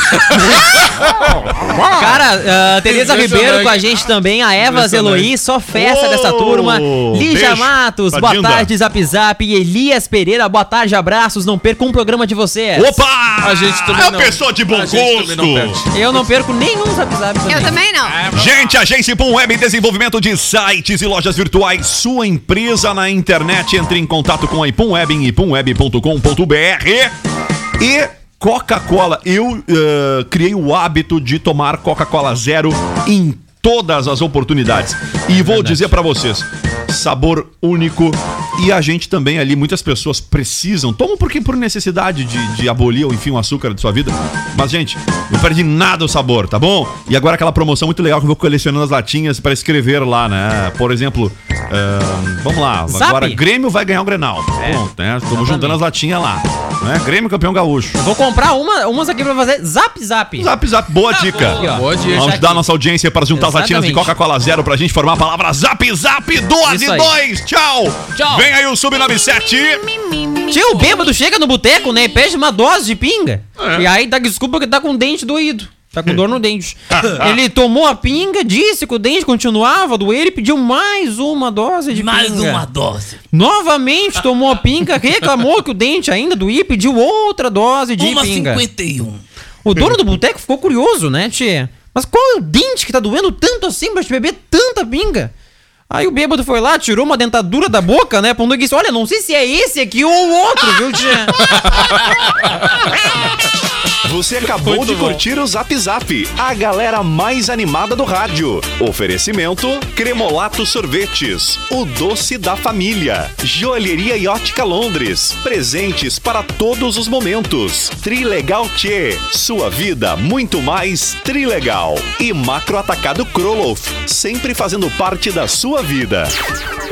[SPEAKER 6] Cara, Tereza Ribeiro com a gente também, a Eva Zeloí, só festa dessa turma. Lígia Matos, boa tarde, Zap Zap. Elias Pereira, boa tarde, abraços. Não perca um programa de vocês.
[SPEAKER 4] Opa!
[SPEAKER 9] A gente também
[SPEAKER 4] é uma pessoa de bom gosto.
[SPEAKER 6] Eu não perco nenhum Zap Zap também.
[SPEAKER 8] Eu também não.
[SPEAKER 4] Gente, Agência Pum Web, desenvolvimento de sites e lojas virtuais. Sua empresa na internet. Entre em contato com a Ipum Web em ipumweb.com.br. E Coca-Cola, eu criei o hábito de tomar Coca-Cola Zero em todas as oportunidades. E vou dizer pra vocês, sabor único. E a gente também ali, muitas pessoas precisam, tomam porque por necessidade de abolir, ou enfim, o açúcar de sua vida. Mas, gente, não perde nada o sabor, tá bom? E agora aquela promoção muito legal que eu vou colecionando as latinhas pra escrever lá, né? Por exemplo, vamos lá, agora Grêmio vai ganhar o Grenal. Pronto, né? Estamos juntando as latinhas lá. Né? Grêmio campeão gaúcho.
[SPEAKER 6] Eu vou comprar umas aqui pra fazer Zap Zap.
[SPEAKER 4] Zap Zap, boa dica.
[SPEAKER 9] Boa dica.
[SPEAKER 4] Vamos ajudar a nossa audiência para juntar as latinhas de Coca-Cola Zero pra gente formar a palavra Zap Zap 2 e 2. Tchau. Vem aí o Sub-97.
[SPEAKER 6] Tio, o bêbado chega no boteco, né, e pede uma dose de pinga. E aí dá desculpa que tá com o dente doído. Tá com dor no dente. Ele tomou a pinga, disse que o dente continuava a doer e pediu mais uma dose de pinga.
[SPEAKER 7] Mais uma dose.
[SPEAKER 6] Novamente tomou a pinga, reclamou que o dente ainda doía e pediu outra dose de pinga.
[SPEAKER 7] 1,51.
[SPEAKER 6] O dono do boteco ficou curioso, né, tchê? Mas qual é o dente que tá doendo tanto assim pra te beber tanta pinga? Aí o bêbado foi lá, tirou uma dentadura da boca, né? Pondo e disse, olha, não sei se é esse aqui ou o outro, viu, tia?
[SPEAKER 5] Você acabou de curtir o Zap Zap, a galera mais animada do rádio. Oferecimento Cremolato Sorvetes, o doce da família. Joalheria e Ótica Londres, presentes para todos os momentos. Trilegal Tchê, sua vida muito mais trilegal. E Macro Atacado Kroloff, sempre fazendo parte da sua vida.